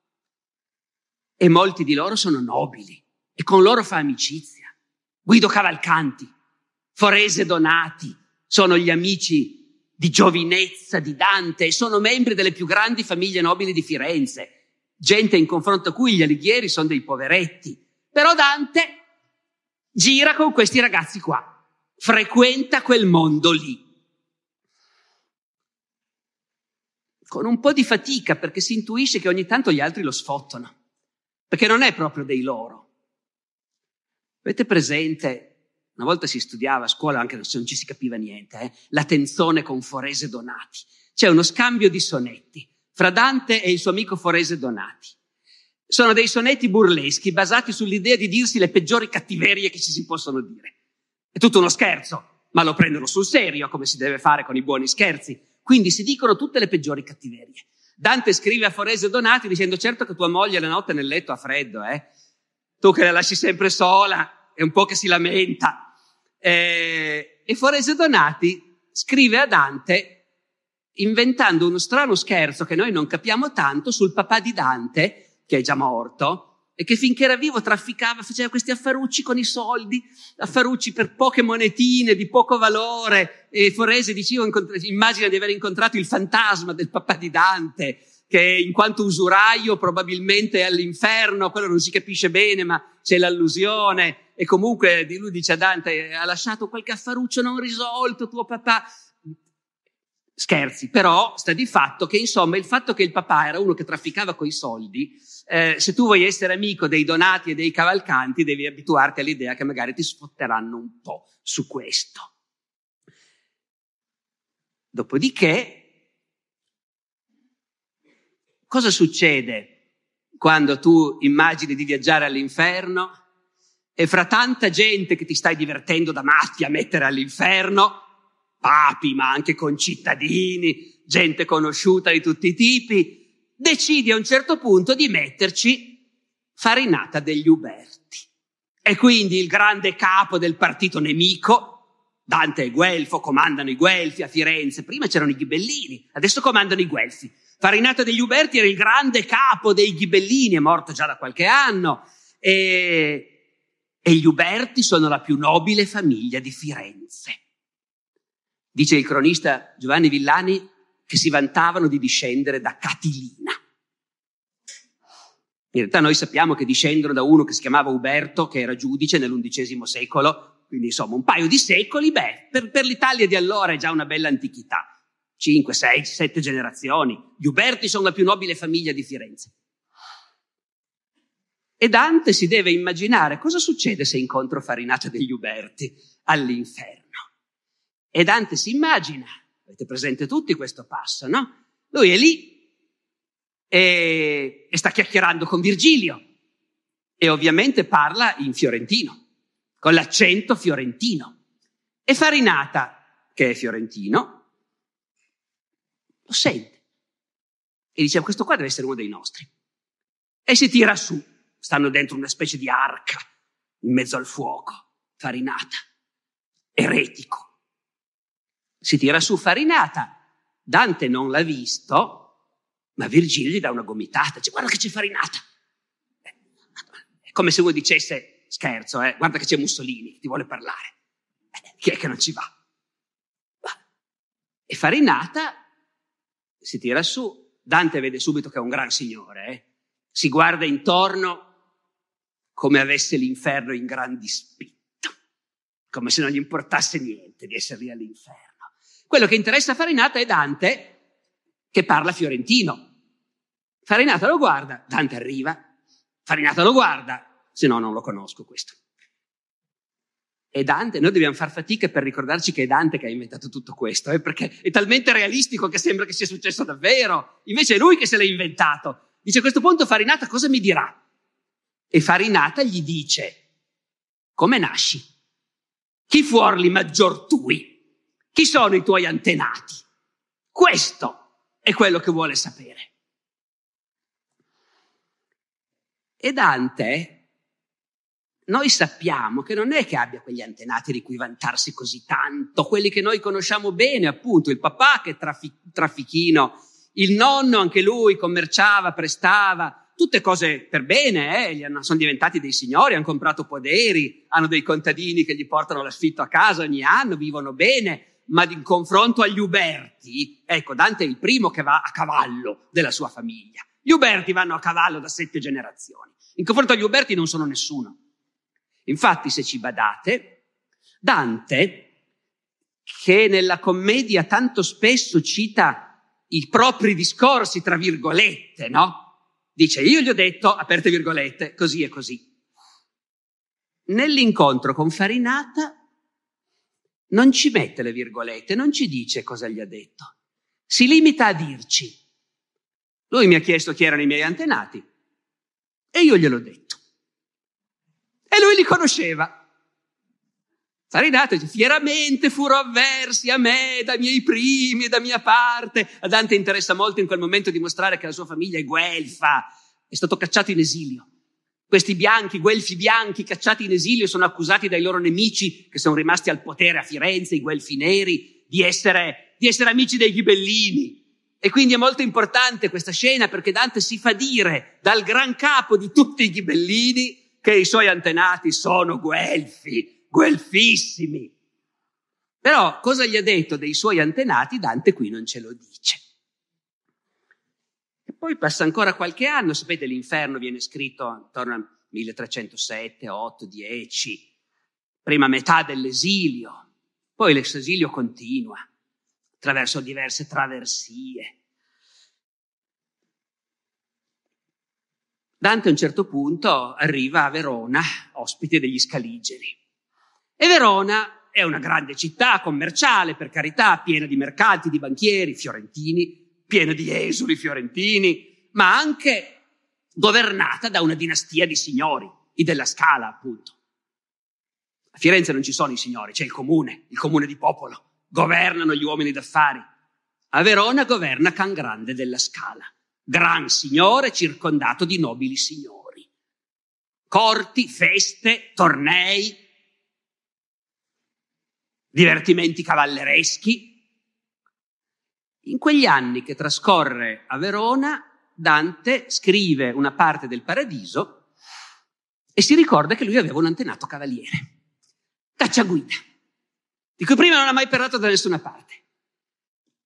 E molti di loro sono nobili e con loro fa amicizia. Guido Cavalcanti, Forese Donati sono gli amici di giovinezza di Dante e sono membri delle più grandi famiglie nobili di Firenze, gente in confronto a cui gli Alighieri sono dei poveretti. Però Dante gira con questi ragazzi qua, frequenta quel mondo lì. Con un po' di fatica, perché si intuisce che ogni tanto gli altri lo sfottono. Perché non è proprio dei loro. Avete presente, una volta si studiava a scuola, anche se non ci si capiva niente, eh, la Tenzone con Forese Donati. C'è uno scambio di sonetti fra Dante e il suo amico Forese Donati. Sono dei sonetti burleschi basati sull'idea di dirsi le peggiori cattiverie che ci si possono dire. È tutto uno scherzo, ma lo prendono sul serio, come si deve fare con i buoni scherzi. Quindi si dicono tutte le peggiori cattiverie. Dante scrive a Forese Donati dicendo certo che tua moglie la notte nel letto ha freddo, eh? Tu che la lasci sempre sola, è un po' che si lamenta. Eh, e Forese Donati scrive a Dante inventando uno strano scherzo che noi non capiamo tanto sul papà di Dante, che è già morto, e che finché era vivo trafficava, faceva questi affarucci con i soldi, affarucci per poche monetine di poco valore, e Forese diceva, immagina di aver incontrato il fantasma del papà di Dante, che in quanto usuraio probabilmente è all'inferno, quello non si capisce bene, ma c'è l'allusione, e comunque di lui dice a Dante, ha lasciato qualche affaruccio non risolto tuo papà. Scherzi, però sta di fatto che insomma il fatto che il papà era uno che trafficava coi soldi, eh, se tu vuoi essere amico dei Donati e dei Cavalcanti devi abituarti all'idea che magari ti sfotteranno un po' su questo. Dopodiché, cosa succede quando tu immagini di viaggiare all'inferno e fra tanta gente che ti stai divertendo da matti a mettere all'inferno, papi, ma anche concittadini, gente conosciuta di tutti i tipi, decidi a un certo punto di metterci Farinata degli Uberti. E quindi il grande capo del partito nemico, Dante e Guelfo, comandano i Guelfi a Firenze. Prima c'erano i Ghibellini, adesso comandano i Guelfi. Farinata degli Uberti era il grande capo dei Ghibellini, è morto già da qualche anno. E, e gli Uberti sono la più nobile famiglia di Firenze. Dice il cronista Giovanni Villani che si vantavano di discendere da Catilina. In realtà noi sappiamo che discendono da uno che si chiamava Uberto, che era giudice nell'undicesimo secolo, quindi insomma un paio di secoli, beh, per, per l'Italia di allora è già una bella antichità. Cinque, sei, sette generazioni. Gli Uberti sono la più nobile famiglia di Firenze. E Dante si deve immaginare cosa succede se incontro Farinata degli Uberti all'inferno. E Dante si immagina, avete presente tutti questo passo, no? Lui è lì e, e sta chiacchierando con Virgilio e ovviamente parla in fiorentino, con l'accento fiorentino. E Farinata, che è fiorentino, lo sente e dice: questo qua deve essere uno dei nostri. E si tira su, stanno dentro una specie di arca in mezzo al fuoco. Farinata, eretico. Si tira su Farinata, Dante non l'ha visto, ma Virgilio gli dà una gomitata, dice: guarda che c'è Farinata. È come se uno dicesse: scherzo, eh, guarda che c'è Mussolini, ti vuole parlare. Eh, chi è che non ci va? E Farinata si tira su, Dante vede subito che è un gran signore, eh? Si guarda intorno come avesse l'inferno in gran dispitto, come se non gli importasse niente di essere lì all'inferno. Quello che interessa a Farinata è Dante che parla fiorentino. Farinata lo guarda, Dante arriva, Farinata lo guarda, se no non lo conosco questo. E Dante, noi dobbiamo far fatica per ricordarci che è Dante che ha inventato tutto questo, eh, perché è talmente realistico che sembra che sia successo davvero. Invece è lui che se l'ha inventato. Dice: a questo punto Farinata cosa mi dirà? E Farinata gli dice: come nasci? Chi fuorli maggior tui? Chi sono i tuoi antenati? Questo è quello che vuole sapere. E Dante, noi sappiamo che non è che abbia quegli antenati di cui vantarsi così tanto, quelli che noi conosciamo bene, appunto, il papà che è traffi- traffichino, il nonno anche lui commerciava, prestava, tutte cose per bene, eh? Gli hanno, sono diventati dei signori, hanno comprato poderi, hanno dei contadini che gli portano l'affitto a casa ogni anno, vivono bene. Ma in confronto agli Uberti, ecco, Dante è il primo che va a cavallo della sua famiglia. Gli Uberti vanno a cavallo da sette generazioni. In confronto agli Uberti non sono nessuno. Infatti, se ci badate, Dante, che nella commedia tanto spesso cita i propri discorsi, tra virgolette, no? Dice: io gli ho detto, aperte virgolette, così e così. Nell'incontro con Farinata non ci mette le virgolette, non ci dice cosa gli ha detto. Si limita a dirci: lui mi ha chiesto chi erano i miei antenati e io gliel'ho detto. E lui li conosceva. Farinata dice: fieramente furo avversi a me, da miei primi e da mia parte. A Dante interessa molto in quel momento dimostrare che la sua famiglia è guelfa, è stato cacciato in esilio. Questi bianchi, guelfi bianchi cacciati in esilio, sono accusati dai loro nemici che sono rimasti al potere a Firenze, i guelfi neri, di essere, di essere amici dei ghibellini. E quindi è molto importante questa scena, perché Dante si fa dire dal gran capo di tutti i ghibellini che i suoi antenati sono guelfi, guelfissimi. Però cosa gli ha detto dei suoi antenati Dante qui non ce lo dice. E poi passa ancora qualche anno, sapete, l'inferno viene scritto attorno al milletrecentosette, otto, dieci, prima metà dell'esilio, poi l'esilio continua attraverso diverse traversie. Dante a un certo punto arriva a Verona, ospite degli Scaligeri. E Verona è una grande città commerciale, per carità, piena di mercanti, di banchieri fiorentini, piena di esuli fiorentini, ma anche governata da una dinastia di signori, i della Scala, appunto. A Firenze non ci sono i signori, c'è il comune, il comune di popolo, governano gli uomini d'affari. A Verona governa Can Grande della Scala, gran signore circondato di nobili signori. Corti, feste, tornei, divertimenti cavallereschi. In quegli anni che trascorre a Verona, Dante scrive una parte del Paradiso e si ricorda che lui aveva un antenato cavaliere, Cacciaguida, di cui prima non ha mai parlato da nessuna parte.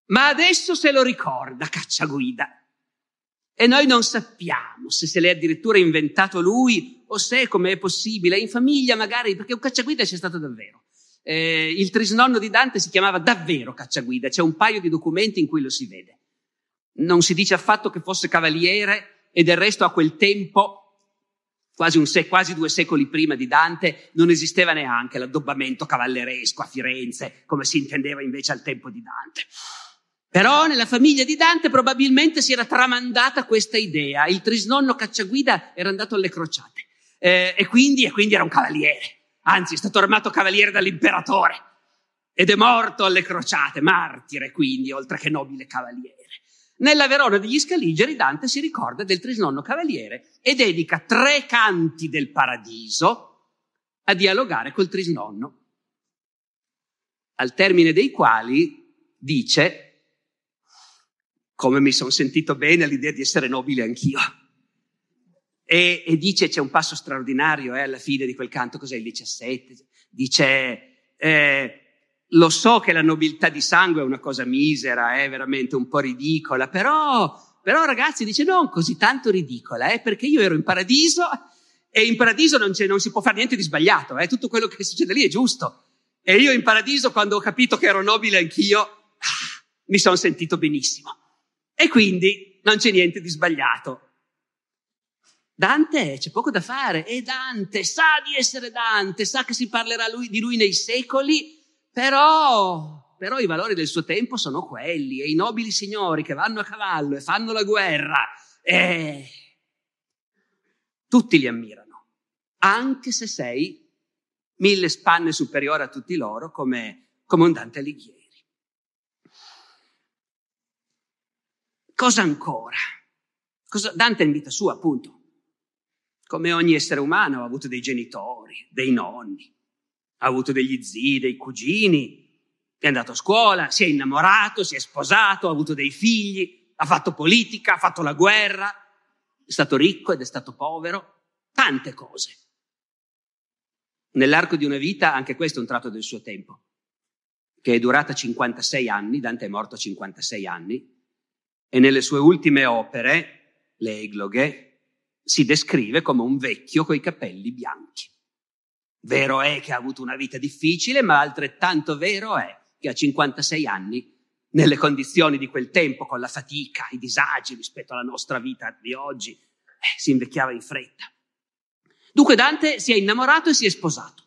ma adesso se lo ricorda Cacciaguida. E noi non sappiamo se se l'è addirittura inventato lui o se, come è possibile, in famiglia magari, perché un Cacciaguida c'è stato davvero. Eh, il trisnonno di Dante si chiamava davvero Cacciaguida, c'è un paio di documenti in cui lo si vede. Non si dice affatto che fosse cavaliere, e del resto a quel tempo, quasi, un sec- quasi due secoli prima di Dante, non esisteva neanche l'addobbamento cavalleresco a Firenze, come si intendeva invece al tempo di Dante. Però nella famiglia di Dante probabilmente si era tramandata questa idea. Il trisnonno Cacciaguida era andato alle crociate eh, e, quindi, e quindi era un cavaliere, anzi è stato armato cavaliere dall'imperatore ed è morto alle crociate, martire quindi, oltre che nobile cavaliere. Nella Verona degli Scaligeri Dante si ricorda del trisnonno cavaliere e dedica tre canti del Paradiso a dialogare col trisnonno, al termine dei quali dice: come mi sono sentito bene all'idea di essere nobile anch'io. E, e dice, c'è un passo straordinario eh, alla fine di quel canto, cos'è il diciassette? Dice, eh, lo so che la nobiltà di sangue è una cosa misera, è veramente un po' ridicola, però, però ragazzi, dice, non così tanto ridicola, eh, perché io ero in paradiso e in paradiso non, c'è, non si può fare niente di sbagliato, eh, tutto quello che succede lì è giusto. E io in paradiso, quando ho capito che ero nobile anch'io, ah, mi sono sentito benissimo. E quindi non c'è niente di sbagliato. Dante, c'è poco da fare, e Dante sa di essere Dante, sa che si parlerà lui, di lui nei secoli, però, però i valori del suo tempo sono quelli, e i nobili signori che vanno a cavallo e fanno la guerra, e tutti li ammirano, anche se sei mille spanne superiore a tutti loro, come, come un Dante Alighieri. Cosa ancora? Cosa, Dante in vita sua, appunto, come ogni essere umano, ha avuto dei genitori, dei nonni, ha avuto degli zii, dei cugini, è andato a scuola, si è innamorato, si è sposato, ha avuto dei figli, ha fatto politica, ha fatto la guerra, è stato ricco ed è stato povero, tante cose. Nell'arco di una vita, anche questo è un tratto del suo tempo, che è durata cinquantasei anni, Dante è morto a cinquantasei anni, e nelle sue ultime opere, le Egloghe, si descrive come un vecchio coi capelli bianchi. Vero è che ha avuto una vita difficile, ma altrettanto vero è che a cinquantasei anni, nelle condizioni di quel tempo, con la fatica, i disagi rispetto alla nostra vita di oggi, eh, si invecchiava in fretta. Dunque Dante si è innamorato e si è sposato.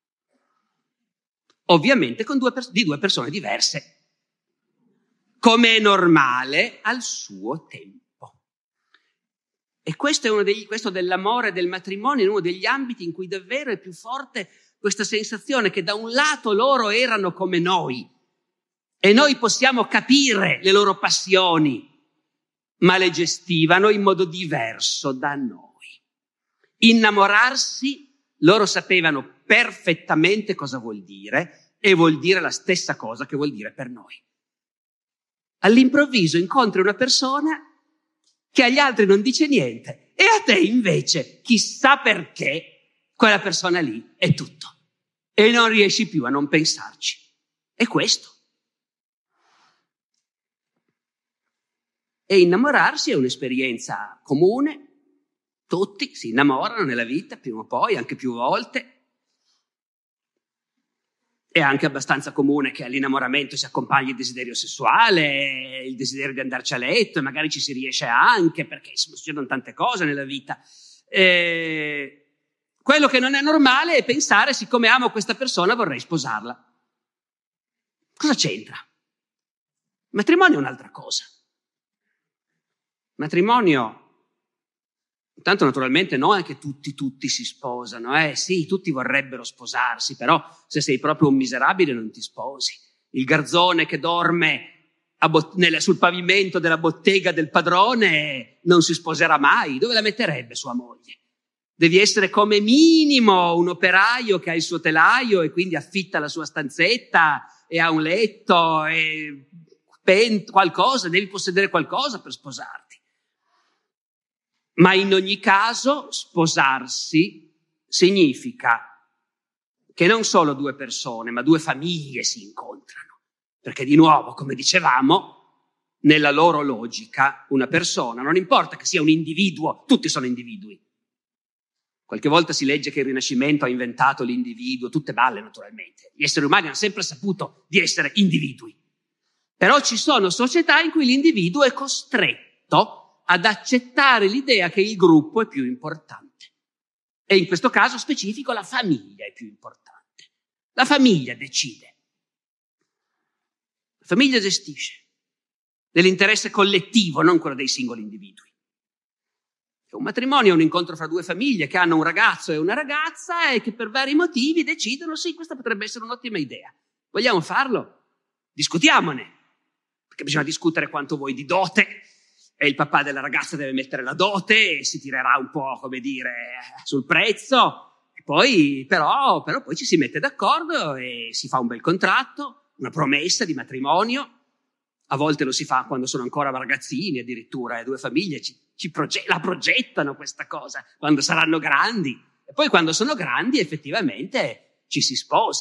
Ovviamente con due pers- di due persone diverse, come è normale al suo tempo. E questo è uno degli, questo dell'amore e del matrimonio è uno degli ambiti in cui davvero è più forte questa sensazione che da un lato loro erano come noi e noi possiamo capire le loro passioni, ma le gestivano in modo diverso da noi. Innamorarsi, loro sapevano perfettamente cosa vuol dire e vuol dire la stessa cosa che vuol dire per noi. All'improvviso incontri una persona che agli altri non dice niente e a te invece, chissà perché, quella persona lì è tutto e non riesci più a non pensarci. È questo. E innamorarsi è un'esperienza comune, tutti si innamorano nella vita, prima o poi, anche più volte. È anche abbastanza comune che all'innamoramento si accompagni il desiderio sessuale, il desiderio di andarci a letto, e magari ci si riesce anche, perché insomma, succedono tante cose nella vita. E quello che non è normale è pensare, siccome amo questa persona vorrei sposarla. Cosa c'entra? Il matrimonio è un'altra cosa. Il matrimonio, intanto naturalmente non è che tutti, tutti si sposano, eh sì, tutti vorrebbero sposarsi, però se sei proprio un miserabile non ti sposi. Il garzone che dorme a bot- nella, sul pavimento della bottega del padrone non si sposerà mai, dove la metterebbe sua moglie? Devi essere come minimo un operaio che ha il suo telaio e quindi affitta la sua stanzetta e ha un letto e pen- qualcosa, devi possedere qualcosa per sposarti. Ma in ogni caso sposarsi significa che non solo due persone, ma due famiglie si incontrano Perché di nuovo, come dicevamo, nella loro logica una persona, non importa che sia un individuo, tutti sono individui. Qualche volta si legge che il Rinascimento ha inventato l'individuo, tutte balle naturalmente. Gli esseri umani hanno sempre saputo di essere individui. Però ci sono società in cui l'individuo è costretto ad accettare l'idea che il gruppo è più importante. E in questo caso specifico la famiglia è più importante. La famiglia decide. La famiglia gestisce nell'interesse collettivo, non quello dei singoli individui. Un matrimonio è un incontro fra due famiglie che hanno un ragazzo e una ragazza e che per vari motivi decidono sì, questa potrebbe essere un'ottima idea. Vogliamo farlo? Discutiamone. Perché bisogna discutere quanto vuoi di dote e il papà della ragazza deve mettere la dote e si tirerà un po', come dire, sul prezzo. E poi, però, però poi ci si mette d'accordo e si fa un bel contratto, una promessa di matrimonio. A volte lo si fa quando sono ancora ragazzini, addirittura, e due famiglie ci, ci proge- la progettano questa cosa, quando saranno grandi. E poi quando sono grandi effettivamente ci si sposa.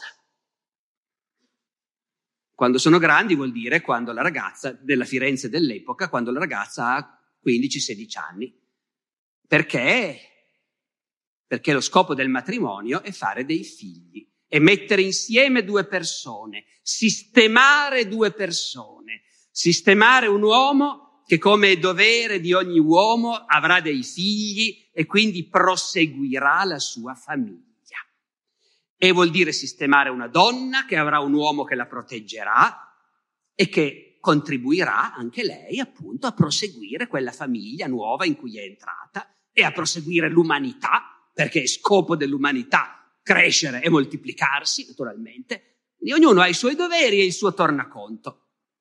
Quando sono grandi vuol dire quando la ragazza, della Firenze dell'epoca, quando la ragazza ha quindici sedici anni. Perché? Perché lo scopo del matrimonio è fare dei figli, è mettere insieme due persone, sistemare due persone. Sistemare un uomo che, come è dovere di ogni uomo, avrà dei figli e quindi proseguirà la sua famiglia. E vuol dire sistemare una donna che avrà un uomo che la proteggerà e che contribuirà anche lei appunto a proseguire quella famiglia nuova in cui è entrata e a proseguire l'umanità, perché è scopo dell'umanità crescere e moltiplicarsi, naturalmente. E ognuno ha i suoi doveri e il suo tornaconto.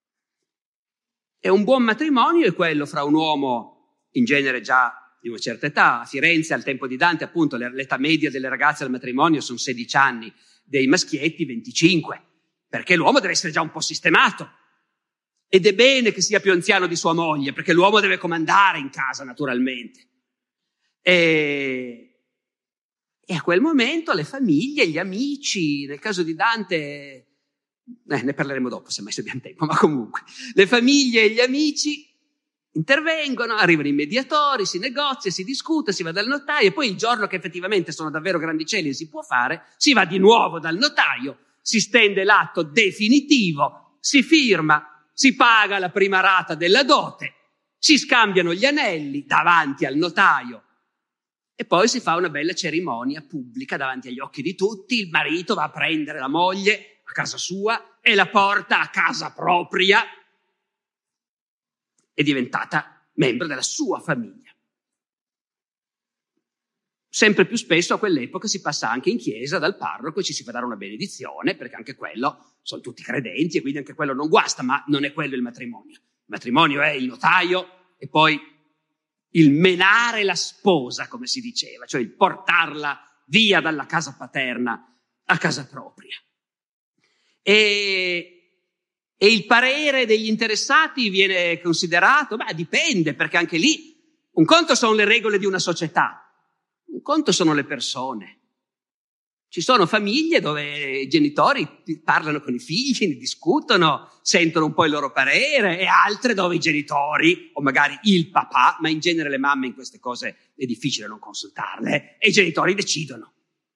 E un buon matrimonio è quello fra un uomo, in genere già di una certa età. A Firenze, al tempo di Dante, appunto, l'età media delle ragazze al matrimonio sono sedici anni, dei maschietti venticinque, perché l'uomo deve essere già un po' sistemato. Ed è bene che sia più anziano di sua moglie, perché l'uomo deve comandare in casa, naturalmente. E, e a quel momento le famiglie, gli amici, nel caso di Dante... Eh, ne parleremo dopo, se mai se abbiamo tempo, ma comunque le famiglie e gli amici intervengono, arrivano i mediatori, si negozia, si discute, si va dal notaio e poi il giorno che effettivamente sono davvero grandicelli e si può fare, si va di nuovo dal notaio, si stende l'atto definitivo, si firma, si paga la prima rata della dote, si scambiano gli anelli davanti al notaio e poi si fa una bella cerimonia pubblica davanti agli occhi di tutti. Il marito va a prendere la moglie a casa sua e la porta a casa propria, è diventata membro della sua famiglia. Sempre più spesso a quell'epoca si passa anche in chiesa dal parroco e ci si fa dare una benedizione, perché anche quello, sono tutti credenti e quindi anche quello non guasta, ma non è quello il matrimonio. Il matrimonio è il notaio e poi il menare la sposa, come si diceva, cioè il portarla via dalla casa paterna a casa propria. E, e il parere degli interessati viene considerato, beh, dipende, perché anche lì un conto sono le regole di una società, un conto sono le persone. Ci sono famiglie dove i genitori parlano con i figli, ne discutono, sentono un po' il loro parere, e altre dove i genitori, o magari il papà, ma in genere le mamme in queste cose è difficile non consultarle, e i genitori decidono.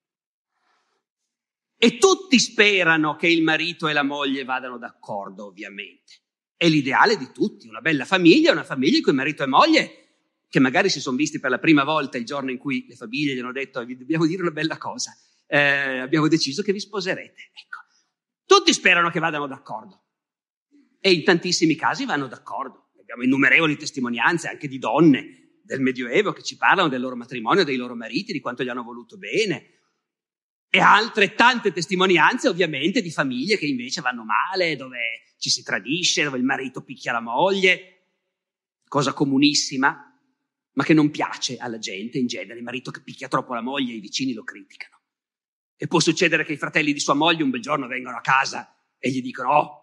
E tutti sperano che il marito e la moglie vadano d'accordo, ovviamente. È l'ideale di tutti, una bella famiglia, una famiglia in cui marito e moglie, che magari si sono visti per la prima volta il giorno in cui le famiglie gli hanno detto vi dobbiamo dire una bella cosa, eh, abbiamo deciso che vi sposerete. Ecco. Tutti sperano che vadano d'accordo. E in tantissimi casi vanno d'accordo. Abbiamo innumerevoli testimonianze anche di donne del Medioevo che ci parlano del loro matrimonio, dei loro mariti, di quanto gli hanno voluto bene. E altre tante testimonianze ovviamente di famiglie che invece vanno male, dove ci si tradisce, dove il marito picchia la moglie, cosa comunissima, ma che non piace alla gente in genere. Il marito che picchia troppo la moglie, i vicini lo criticano. E può succedere che i fratelli di sua moglie un bel giorno vengano a casa e gli dicono oh.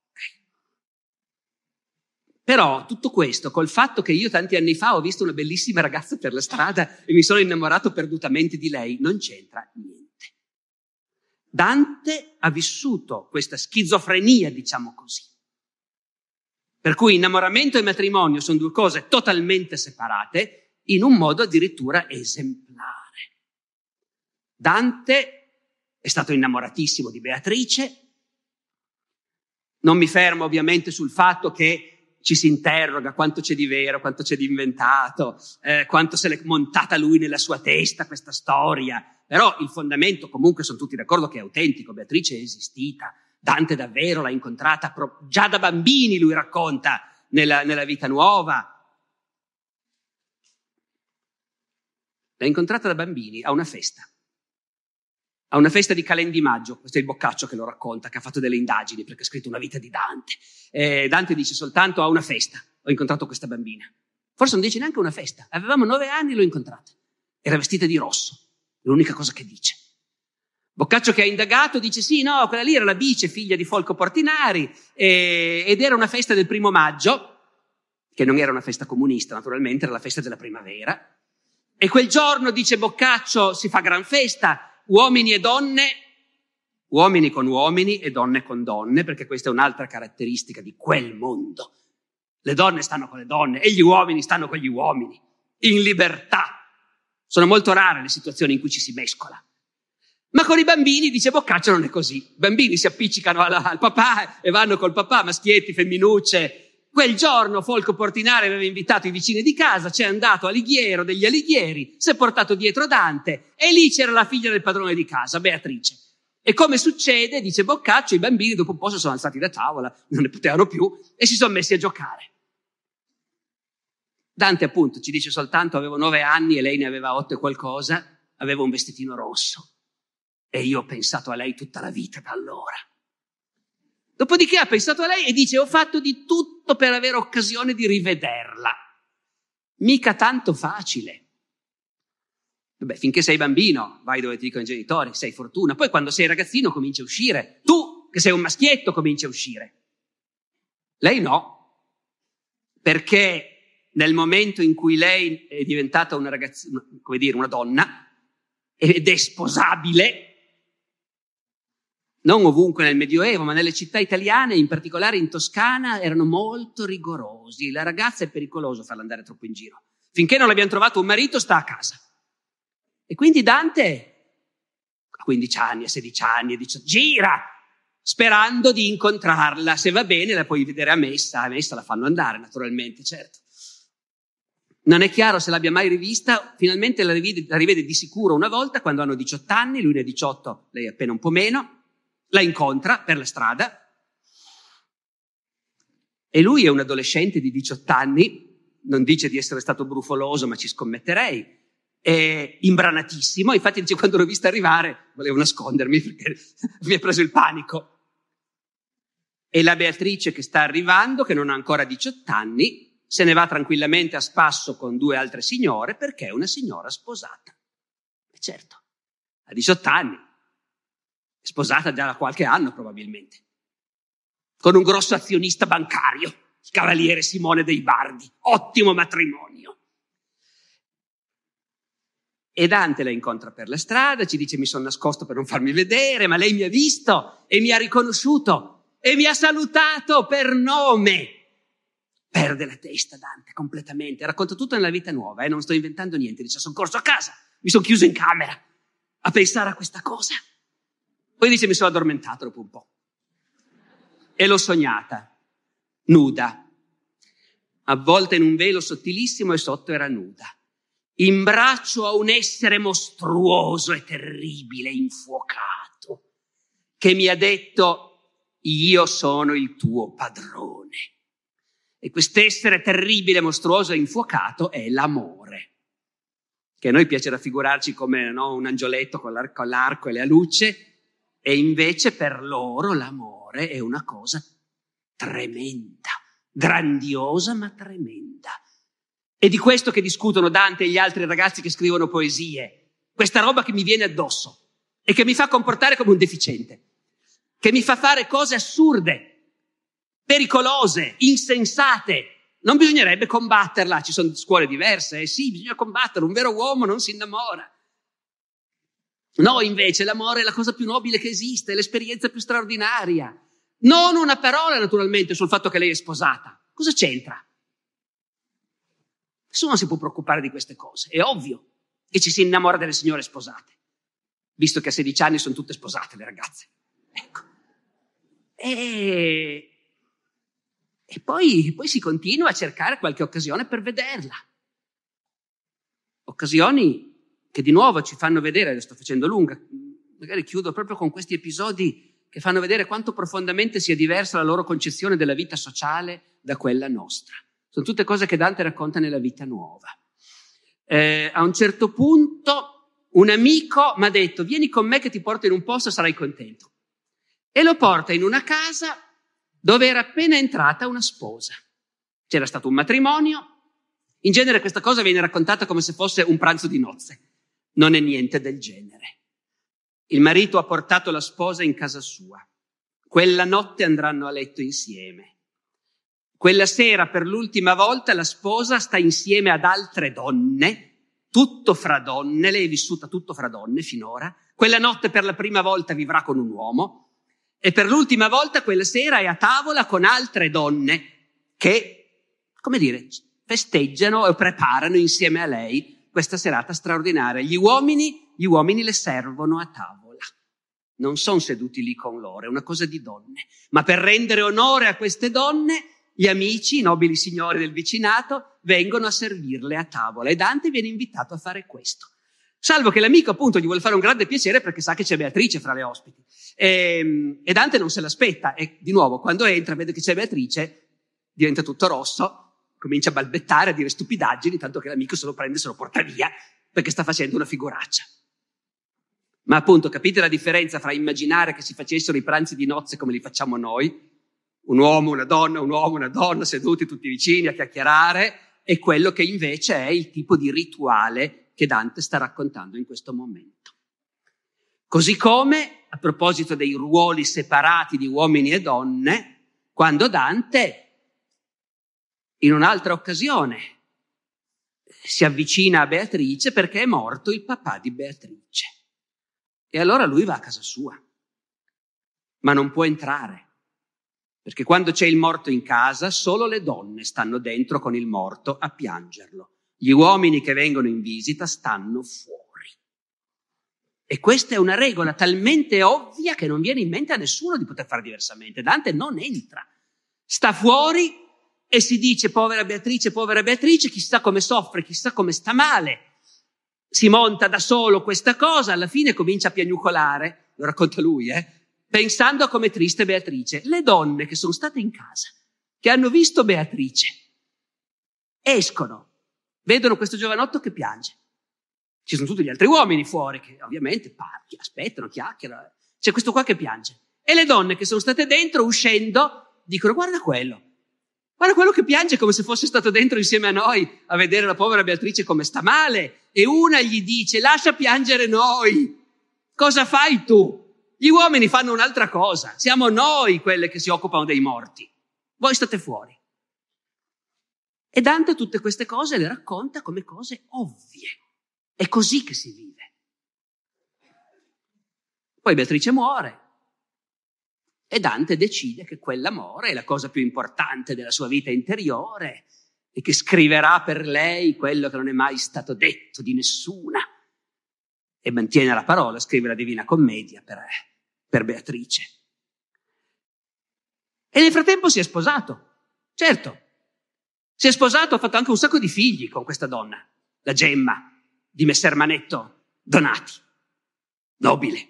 Però tutto questo col fatto che io tanti anni fa ho visto una bellissima ragazza per la strada e mi sono innamorato perdutamente di lei, non c'entra niente. Dante ha vissuto questa schizofrenia, diciamo così, per cui innamoramento e matrimonio sono due cose totalmente separate, in un modo addirittura esemplare. Dante è stato innamoratissimo di Beatrice. Non mi fermo ovviamente sul fatto che ci si interroga quanto c'è di vero, quanto c'è di inventato, eh, quanto se l'è montata lui nella sua testa questa storia. Però il fondamento, comunque sono tutti d'accordo che è autentico. Beatrice è esistita. Dante davvero l'ha incontrata pro- già da bambini, lui racconta nella, nella Vita Nuova. L'ha incontrata da bambini a una festa. A una festa di Calendimaggio, questo è il Boccaccio che lo racconta, che ha fatto delle indagini perché ha scritto una vita di Dante. Eh, Dante dice soltanto a una festa ho incontrato questa bambina. Forse non dice neanche una festa. Avevamo nove anni e l'ho incontrata. Era vestita di rosso, è l'unica cosa che dice. Boccaccio, che ha indagato, dice sì, no, quella lì era la Bice, figlia di Folco Portinari, eh, ed era una festa del primo maggio, che non era una festa comunista naturalmente, era la festa della primavera. E quel giorno, dice Boccaccio, si fa gran festa, uomini e donne, uomini con uomini e donne con donne, perché questa è un'altra caratteristica di quel mondo. Le donne stanno con le donne e gli uomini stanno con gli uomini, in libertà. Sono molto rare le situazioni in cui ci si mescola. Ma con i bambini, dice Boccaccio, non è così. I bambini si appiccicano alla, al papà e vanno col papà, maschietti, femminucce. Quel giorno Folco Portinari aveva invitato i vicini di casa, c'è andato Alighiero degli Alighieri, si è portato dietro Dante e lì c'era la figlia del padrone di casa, Beatrice. E come succede, dice Boccaccio, i bambini dopo un po' si sono alzati da tavola, non ne potevano più e si sono messi a giocare. Dante appunto ci dice soltanto avevo nove anni e lei ne aveva otto e qualcosa, aveva un vestitino rosso. E io ho pensato a lei tutta la vita da allora. Dopodiché ha pensato a lei e dice ho fatto di tutto per avere occasione di rivederla. Mica tanto facile. Vabbè, finché sei bambino vai dove ti dicono i genitori, sei fortuna. Poi quando sei ragazzino cominci a uscire. Tu, che sei un maschietto, cominci a uscire. Lei no. Perché nel momento in cui lei è diventata una ragazzina, come dire, una donna, ed è sposabile, non ovunque nel Medioevo, ma nelle città italiane, in particolare in Toscana, erano molto rigorosi. La ragazza è pericoloso farla andare troppo in giro. Finché non l'abbiamo trovato un marito, sta a casa. E quindi Dante, a quindici anni, a sedici anni, dice, gira, sperando di incontrarla. Se va bene la puoi vedere a messa. A messa la fanno andare, naturalmente, certo. Non è chiaro se l'abbia mai rivista. Finalmente la rivede, la rivede di sicuro una volta, quando hanno diciotto anni, lui ne ha diciotto, lei appena un po' meno. La incontra per la strada e lui è un adolescente di diciotto anni, non dice di essere stato brufoloso, ma ci scommetterei, è imbranatissimo, infatti dice quando l'ho vista arrivare volevo nascondermi perché mi è preso il panico. E la Beatrice che sta arrivando, che non ha ancora diciotto anni, se ne va tranquillamente a spasso con due altre signore perché è una signora sposata. E certo, a diciotto anni. Sposata già da qualche anno probabilmente, con un grosso azionista bancario, il cavaliere Simone dei Bardi, ottimo matrimonio. E Dante la incontra per la strada, ci dice mi sono nascosto per non farmi vedere, ma lei mi ha visto e mi ha riconosciuto e mi ha salutato per nome. Perde la testa Dante completamente, racconta tutto nella Vita Nuova e eh? non sto inventando niente, dice sono corso a casa, mi sono chiuso in camera a pensare a questa cosa. Poi dice mi sono addormentato dopo un po' e l'ho sognata, nuda, avvolta in un velo sottilissimo e sotto era nuda, in braccio a un essere mostruoso e terribile, infuocato, che mi ha detto io sono il tuo padrone. E quest'essere terribile, mostruoso e infuocato è l'amore, che a noi piace raffigurarci come no, un angioletto con l'arco, con l'arco e le alucce. E invece per loro l'amore è una cosa tremenda, grandiosa ma tremenda. È di questo che discutono Dante e gli altri ragazzi che scrivono poesie. Questa roba che mi viene addosso e che mi fa comportare come un deficiente, che mi fa fare cose assurde, pericolose, insensate. Non bisognerebbe combatterla, ci sono scuole diverse, eh sì, bisogna combatterla, un vero uomo non si innamora. No, invece l'amore è la cosa più nobile che esiste, è l'esperienza più straordinaria. Non una parola, naturalmente, sul fatto che lei è sposata. Cosa c'entra? Nessuno si può preoccupare di queste cose. È ovvio che ci si innamora delle signore sposate, visto che a sedici anni sono tutte sposate le ragazze. Ecco. E, e poi, poi si continua a cercare qualche occasione per vederla. Occasioni che di nuovo ci fanno vedere, lo sto facendo lunga, magari chiudo proprio con questi episodi che fanno vedere quanto profondamente sia diversa la loro concezione della vita sociale da quella nostra. Sono tutte cose che Dante racconta nella Vita Nuova. Eh, a un certo punto un amico mi ha detto: vieni con me che ti porto in un posto e sarai contento. E lo porta in una casa dove era appena entrata una sposa. C'era stato un matrimonio. In genere questa cosa viene raccontata come se fosse un pranzo di nozze. Non è niente del genere. Il marito ha portato la sposa in casa sua. Quella notte andranno a letto insieme. Quella sera, per l'ultima volta, la sposa sta insieme ad altre donne, tutto fra donne. Lei è vissuta tutto fra donne finora. Quella notte per la prima volta vivrà con un uomo. E per l'ultima volta quella sera è a tavola con altre donne che, come dire, festeggiano e preparano insieme a lei questa serata straordinaria. Gli uomini, gli uomini le servono a tavola. Non sono seduti lì con loro, è una cosa di donne. Ma per rendere onore a queste donne, gli amici, i nobili signori del vicinato, vengono a servirle a tavola. E Dante viene invitato a fare questo. Salvo che l'amico appunto gli vuole fare un grande piacere perché sa che c'è Beatrice fra le ospiti. E, e Dante non se l'aspetta. E di nuovo, quando entra, vede che c'è Beatrice, diventa tutto rosso, comincia a balbettare, a dire stupidaggini, tanto che l'amico se lo prende e se lo porta via, perché sta facendo una figuraccia. Ma appunto, capite la differenza fra immaginare che si facessero i pranzi di nozze come li facciamo noi, un uomo, una donna, un uomo, una donna, seduti tutti vicini a chiacchierare, e quello che invece è il tipo di rituale che Dante sta raccontando in questo momento. Così come, a proposito dei ruoli separati di uomini e donne, quando Dante, in un'altra occasione, si avvicina a Beatrice perché è morto il papà di Beatrice. E allora lui va a casa sua, ma non può entrare, perché quando c'è il morto in casa solo le donne stanno dentro con il morto a piangerlo. Gli uomini che vengono in visita stanno fuori. E questa è una regola talmente ovvia che non viene in mente a nessuno di poter fare diversamente. Dante non entra, sta fuori e si dice: povera Beatrice, povera Beatrice, chissà come soffre, chissà come sta male. Si monta da solo questa cosa, alla fine comincia a piagnucolare, lo racconta lui, eh, pensando a come triste Beatrice. Le donne che sono state in casa, che hanno visto Beatrice, escono, vedono questo giovanotto che piange. Ci sono tutti gli altri uomini fuori che ovviamente parli, aspettano, chiacchierano. C'è questo qua che piange. E le donne che sono state dentro, uscendo, dicono: guarda quello. Guarda quello che piange come se fosse stato dentro insieme a noi a vedere la povera Beatrice come sta male. E una gli dice: lascia piangere noi. Cosa fai tu? Gli uomini fanno un'altra cosa. Siamo noi quelle che si occupano dei morti. Voi state fuori. E Dante tutte queste cose le racconta come cose ovvie. È così che si vive. Poi Beatrice muore. E Dante decide che quell'amore è la cosa più importante della sua vita interiore e che scriverà per lei quello che non è mai stato detto di nessuna. E mantiene la parola, scrive la Divina Commedia per, per Beatrice. E nel frattempo si è sposato. Certo, si è sposato, ha fatto anche un sacco di figli con questa donna, la Gemma di Messer Manetto Donati. Nobile.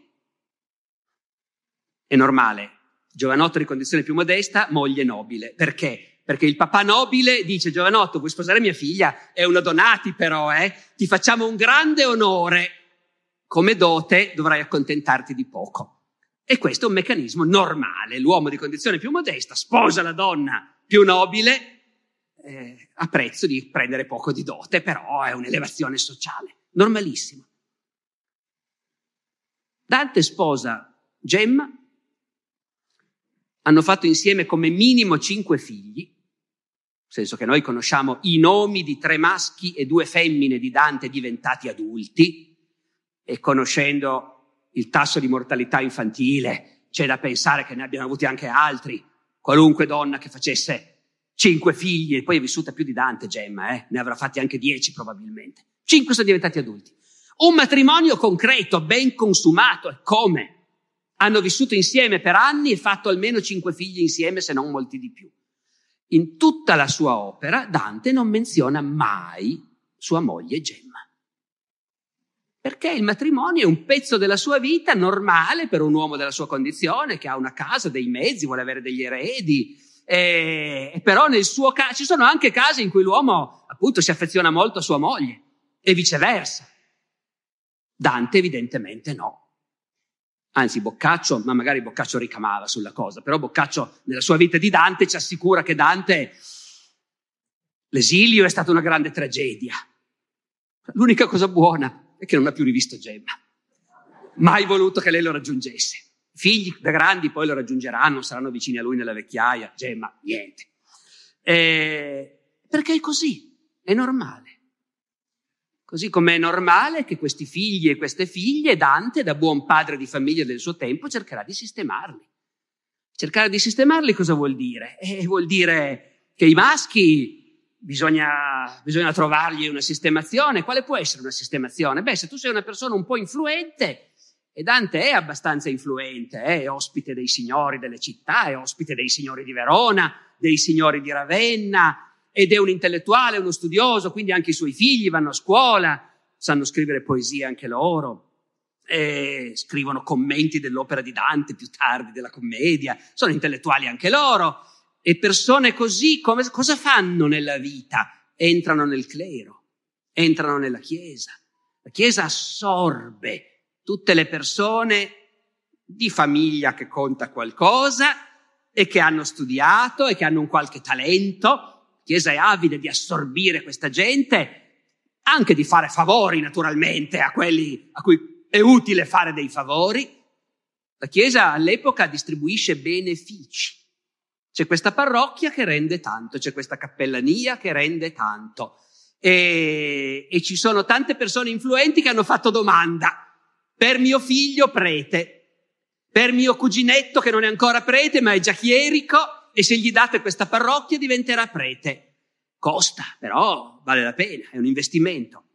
È normale. Giovanotto di condizione più modesta, moglie nobile. Perché? Perché il papà nobile dice: giovanotto, vuoi sposare mia figlia? È una Donati però, eh? Ti facciamo un grande onore. Come dote dovrai accontentarti di poco. E questo è un meccanismo normale. L'uomo di condizione più modesta sposa la donna più nobile eh, a prezzo di prendere poco di dote, però è un'elevazione sociale. Normalissimo. Dante sposa Gemma. Hanno fatto insieme come minimo cinque figli, nel senso che noi conosciamo i nomi di tre maschi e due femmine di Dante diventati adulti, e conoscendo il tasso di mortalità infantile, c'è da pensare che ne abbiano avuti anche altri. Qualunque donna che facesse cinque figli, e poi è vissuta più di Dante, Gemma, eh? ne avrà fatti anche dieci probabilmente. Cinque sono diventati adulti. Un matrimonio concreto, ben consumato, e come? Hanno vissuto insieme per anni e fatto almeno cinque figli insieme, se non molti di più. In tutta la sua opera Dante non menziona mai sua moglie Gemma. Perché il matrimonio è un pezzo della sua vita normale per un uomo della sua condizione, che ha una casa, dei mezzi, vuole avere degli eredi. E, però nel suo caso ci sono anche casi in cui l'uomo appunto si affeziona molto a sua moglie e viceversa. Dante evidentemente no. Anzi, Boccaccio, ma magari Boccaccio ricamava sulla cosa, però Boccaccio nella sua vita di Dante ci assicura che Dante, l'esilio è stata una grande tragedia. L'unica cosa buona è che non ha più rivisto Gemma. Mai voluto che lei lo raggiungesse. I figli da grandi poi lo raggiungeranno, saranno vicini a lui nella vecchiaia. Gemma, niente. Eh, perché è così, è normale. Così come è normale che questi figli e queste figlie, Dante, da buon padre di famiglia del suo tempo, cercherà di sistemarli. Cercare di sistemarli cosa vuol dire? Eh, vuol dire che i maschi bisogna, bisogna trovargli una sistemazione. Quale può essere una sistemazione? Beh, se tu sei una persona un po' influente, e Dante è abbastanza influente, è ospite dei signori delle città, è ospite dei signori di Verona, dei signori di Ravenna, ed è un intellettuale, uno studioso, quindi anche i suoi figli vanno a scuola, sanno scrivere poesie anche loro, e scrivono commenti dell'opera di Dante più tardi, della commedia, sono intellettuali anche loro, e persone così come, cosa fanno nella vita? Entrano nel clero, entrano nella Chiesa. La Chiesa assorbe tutte le persone di famiglia che conta qualcosa e che hanno studiato e che hanno un qualche talento. La Chiesa è avida di assorbire questa gente, anche di fare favori naturalmente a quelli a cui è utile fare dei favori. La Chiesa all'epoca distribuisce benefici. C'è questa parrocchia che rende tanto, c'è questa cappellania che rende tanto e, e ci sono tante persone influenti che hanno fatto domanda: per mio figlio prete, per mio cuginetto che non è ancora prete ma è già chierico, e se gli date questa parrocchia diventerà prete. Costa, però vale la pena, è un investimento.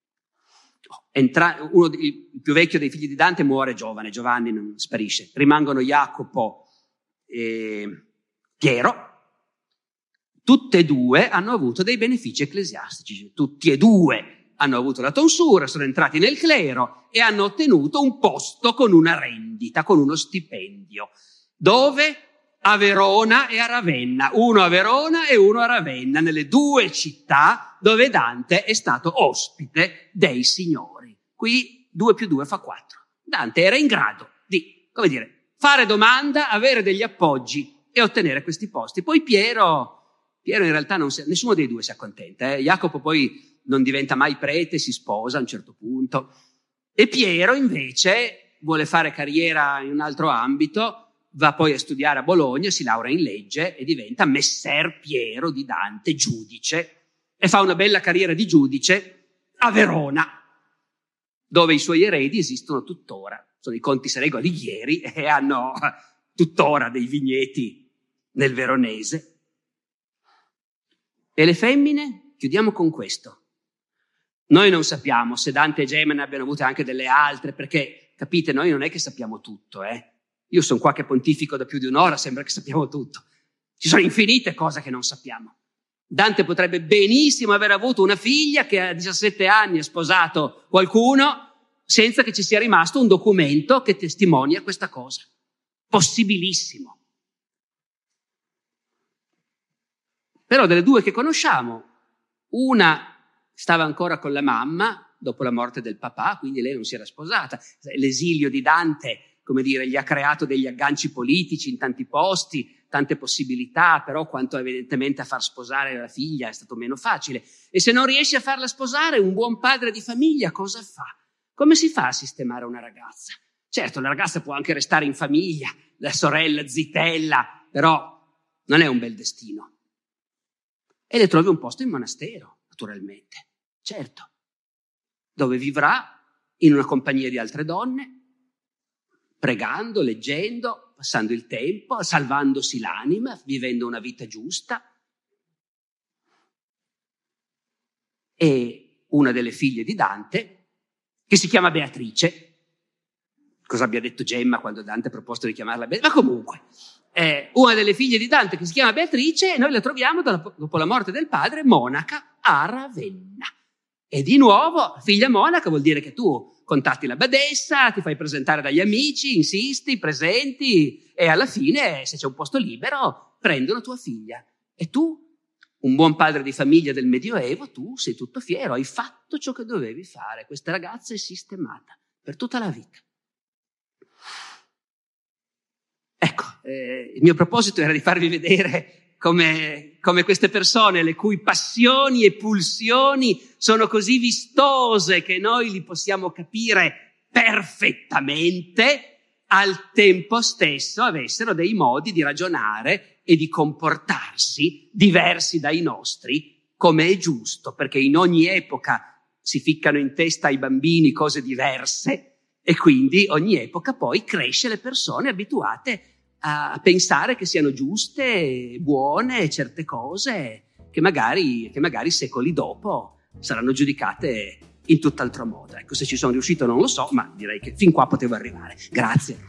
Entra, uno, il più vecchio dei figli di Dante muore giovane, Giovanni non sparisce. Rimangono Jacopo e Piero. Tutte e due hanno avuto dei benefici ecclesiastici, tutti e due hanno avuto la tonsura, sono entrati nel clero e hanno ottenuto un posto con una rendita, con uno stipendio. Dove? A Verona e a Ravenna, uno a Verona e uno a Ravenna, nelle due città dove Dante è stato ospite dei signori. Qui due più due fa quattro. Dante era in grado di, come dire, fare domanda, avere degli appoggi e ottenere questi posti. Poi Piero, Piero in realtà non si, nessuno dei due si accontenta. Eh? Jacopo poi non diventa mai prete, si sposa a un certo punto. E Piero invece vuole fare carriera in un altro ambito, va poi a studiare a Bologna, si laurea in legge e diventa Messer Piero di Dante, giudice, e fa una bella carriera di giudice a Verona, dove i suoi eredi esistono tuttora. Sono i conti Serego Alighieri e hanno tuttora dei vigneti nel veronese. E le femmine? Chiudiamo con questo. Noi non sappiamo se Dante e Gemma ne abbiano avute anche delle altre, perché, capite, noi non è che sappiamo tutto, eh. Io sono qua che pontifico da più di un'ora, sembra che sappiamo tutto. Ci sono infinite cose che non sappiamo. Dante potrebbe benissimo aver avuto una figlia che a diciassette anni ha sposato qualcuno senza che ci sia rimasto un documento che testimonia questa cosa. Possibilissimo. Però delle due che conosciamo, una stava ancora con la mamma dopo la morte del papà, quindi lei non si era sposata. L'esilio di Dante, come dire, gli ha creato degli agganci politici in tanti posti, tante possibilità, però quanto evidentemente a far sposare la figlia è stato meno facile. E se non riesce a farla sposare, un buon padre di famiglia cosa fa? Come si fa a sistemare una ragazza? Certo, la ragazza può anche restare in famiglia, la sorella zitella, però non è un bel destino. E le trovi un posto in monastero, naturalmente, certo, dove vivrà in una compagnia di altre donne, pregando, leggendo, passando il tempo, salvandosi l'anima, vivendo una vita giusta. E una delle figlie di Dante, che si chiama Beatrice, cosa abbia detto Gemma quando Dante ha proposto di chiamarla Beatrice, ma comunque, eh, una delle figlie di Dante che si chiama Beatrice, e noi la troviamo dopo la morte del padre monaca a Ravenna. E di nuovo, figlia monaca vuol dire che tu contatti la badessa, ti fai presentare dagli amici, insisti, presenti, e alla fine, se c'è un posto libero, prendono tua figlia. E tu, un buon padre di famiglia del Medioevo, tu sei tutto fiero, hai fatto ciò che dovevi fare. Questa ragazza è sistemata per tutta la vita. Ecco, eh, il mio proposito era di farvi vedere come, come queste persone, le cui passioni e pulsioni sono così vistose che noi li possiamo capire perfettamente, al tempo stesso avessero dei modi di ragionare e di comportarsi diversi dai nostri, come è giusto, perché in ogni epoca si ficcano in testa ai bambini cose diverse, e quindi ogni epoca poi cresce le persone abituate a pensare che siano giuste, buone certe cose che magari, che magari secoli dopo saranno giudicate in tutt'altro modo. Ecco, se ci sono riuscito non lo so, ma direi che fin qua potevo arrivare. Grazie.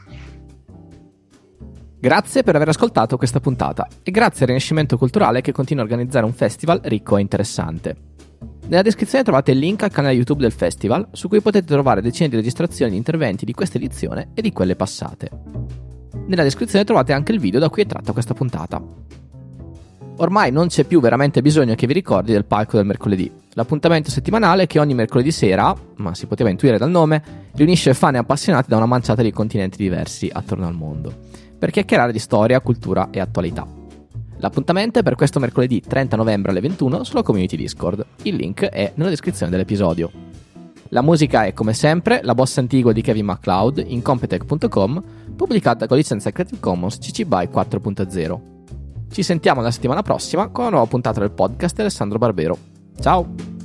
Grazie per aver ascoltato questa puntata e grazie al Rinascimento Culturale che continua a organizzare un festival ricco e interessante. Nella descrizione trovate il link al canale YouTube del festival, su cui potete trovare decine di registrazioni di interventi di questa edizione e di quelle passate. Nella descrizione trovate anche il video da cui è tratta questa puntata. Ormai non c'è più veramente bisogno che vi ricordi del palco del mercoledì, l'appuntamento settimanale che ogni mercoledì sera, ma si poteva intuire dal nome, riunisce fan e appassionati da una manciata di continenti diversi attorno al mondo, per chiacchierare di storia, cultura e attualità. L'appuntamento è per questo mercoledì trenta novembre alle ventuno sulla community Discord. Il link è nella descrizione dell'episodio. La musica è, come sempre, La Bossa Antigua di Kevin MacLeod in Competech punto com, pubblicata con licenza Creative Commons C C B Y quattro punto zero. Ci sentiamo la settimana prossima con una nuova puntata del podcast di Alessandro Barbero. Ciao!